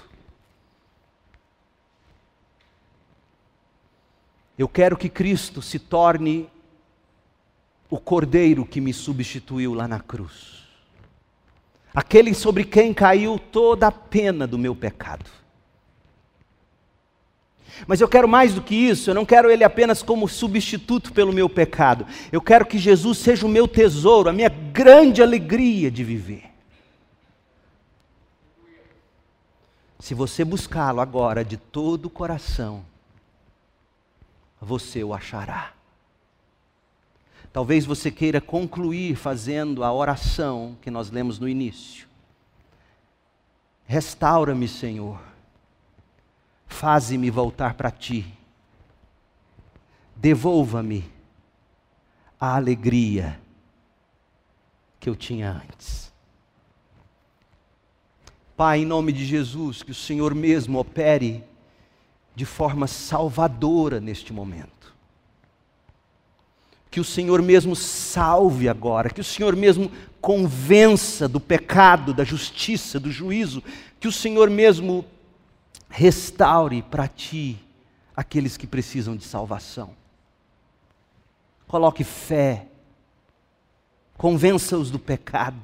Eu quero que Cristo se torne o Cordeiro que me substituiu lá na cruz. Aquele sobre quem caiu toda a pena do meu pecado. Mas eu quero mais do que isso, eu não quero Ele apenas como substituto pelo meu pecado. Eu quero que Jesus seja o meu tesouro, a minha grande alegria de viver. Se você buscá-lo agora de todo o coração, você o achará. Talvez você queira concluir fazendo a oração que nós lemos no início. Restaura-me, Senhor. Faze-me voltar para Ti. Devolva-me a alegria que eu tinha antes. Pai, em nome de Jesus, que o Senhor mesmo opere de forma salvadora neste momento. Que o Senhor mesmo salve agora, que o Senhor mesmo convença do pecado, da justiça, do juízo, que o Senhor mesmo restaure para Ti aqueles que precisam de salvação. Coloque fé, convença-os do pecado.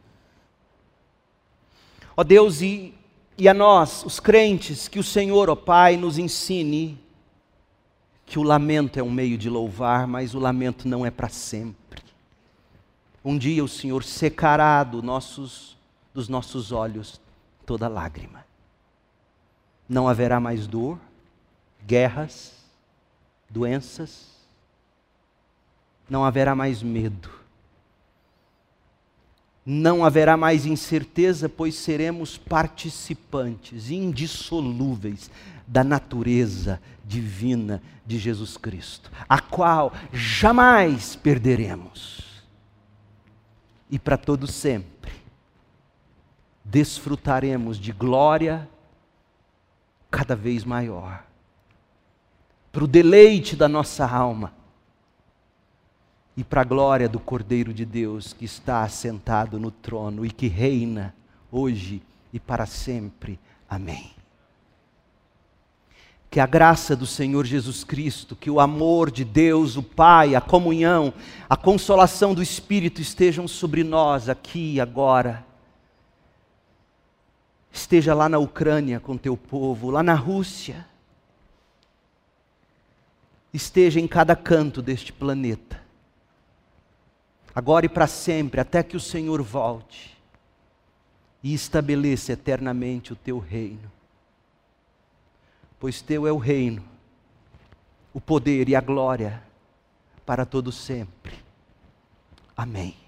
Ó Deus, e, e a nós, os crentes, que o Senhor, ó Pai, nos ensine que o lamento é um meio de louvar, mas o lamento não é para sempre. Um dia o Senhor secará do nossos, dos nossos olhos toda lágrima. Não haverá mais dor, guerras, doenças. Não haverá mais medo. Não haverá mais incerteza, pois seremos participantes indissolúveis da natureza divina de Jesus Cristo, a qual jamais perderemos. E para todo sempre desfrutaremos de glória cada vez maior, para o deleite da nossa alma e para a glória do Cordeiro de Deus que está assentado no trono e que reina hoje e para sempre. Amém. Que a graça do Senhor Jesus Cristo, que o amor de Deus, o Pai, a comunhão, a consolação do Espírito estejam sobre nós aqui e agora. Esteja lá na Ucrânia com teu povo, lá na Rússia. Esteja em cada canto deste planeta. Agora e para sempre, até que o Senhor volte e estabeleça eternamente o teu reino. Pois teu é o reino, o poder e a glória para todo sempre. Amém.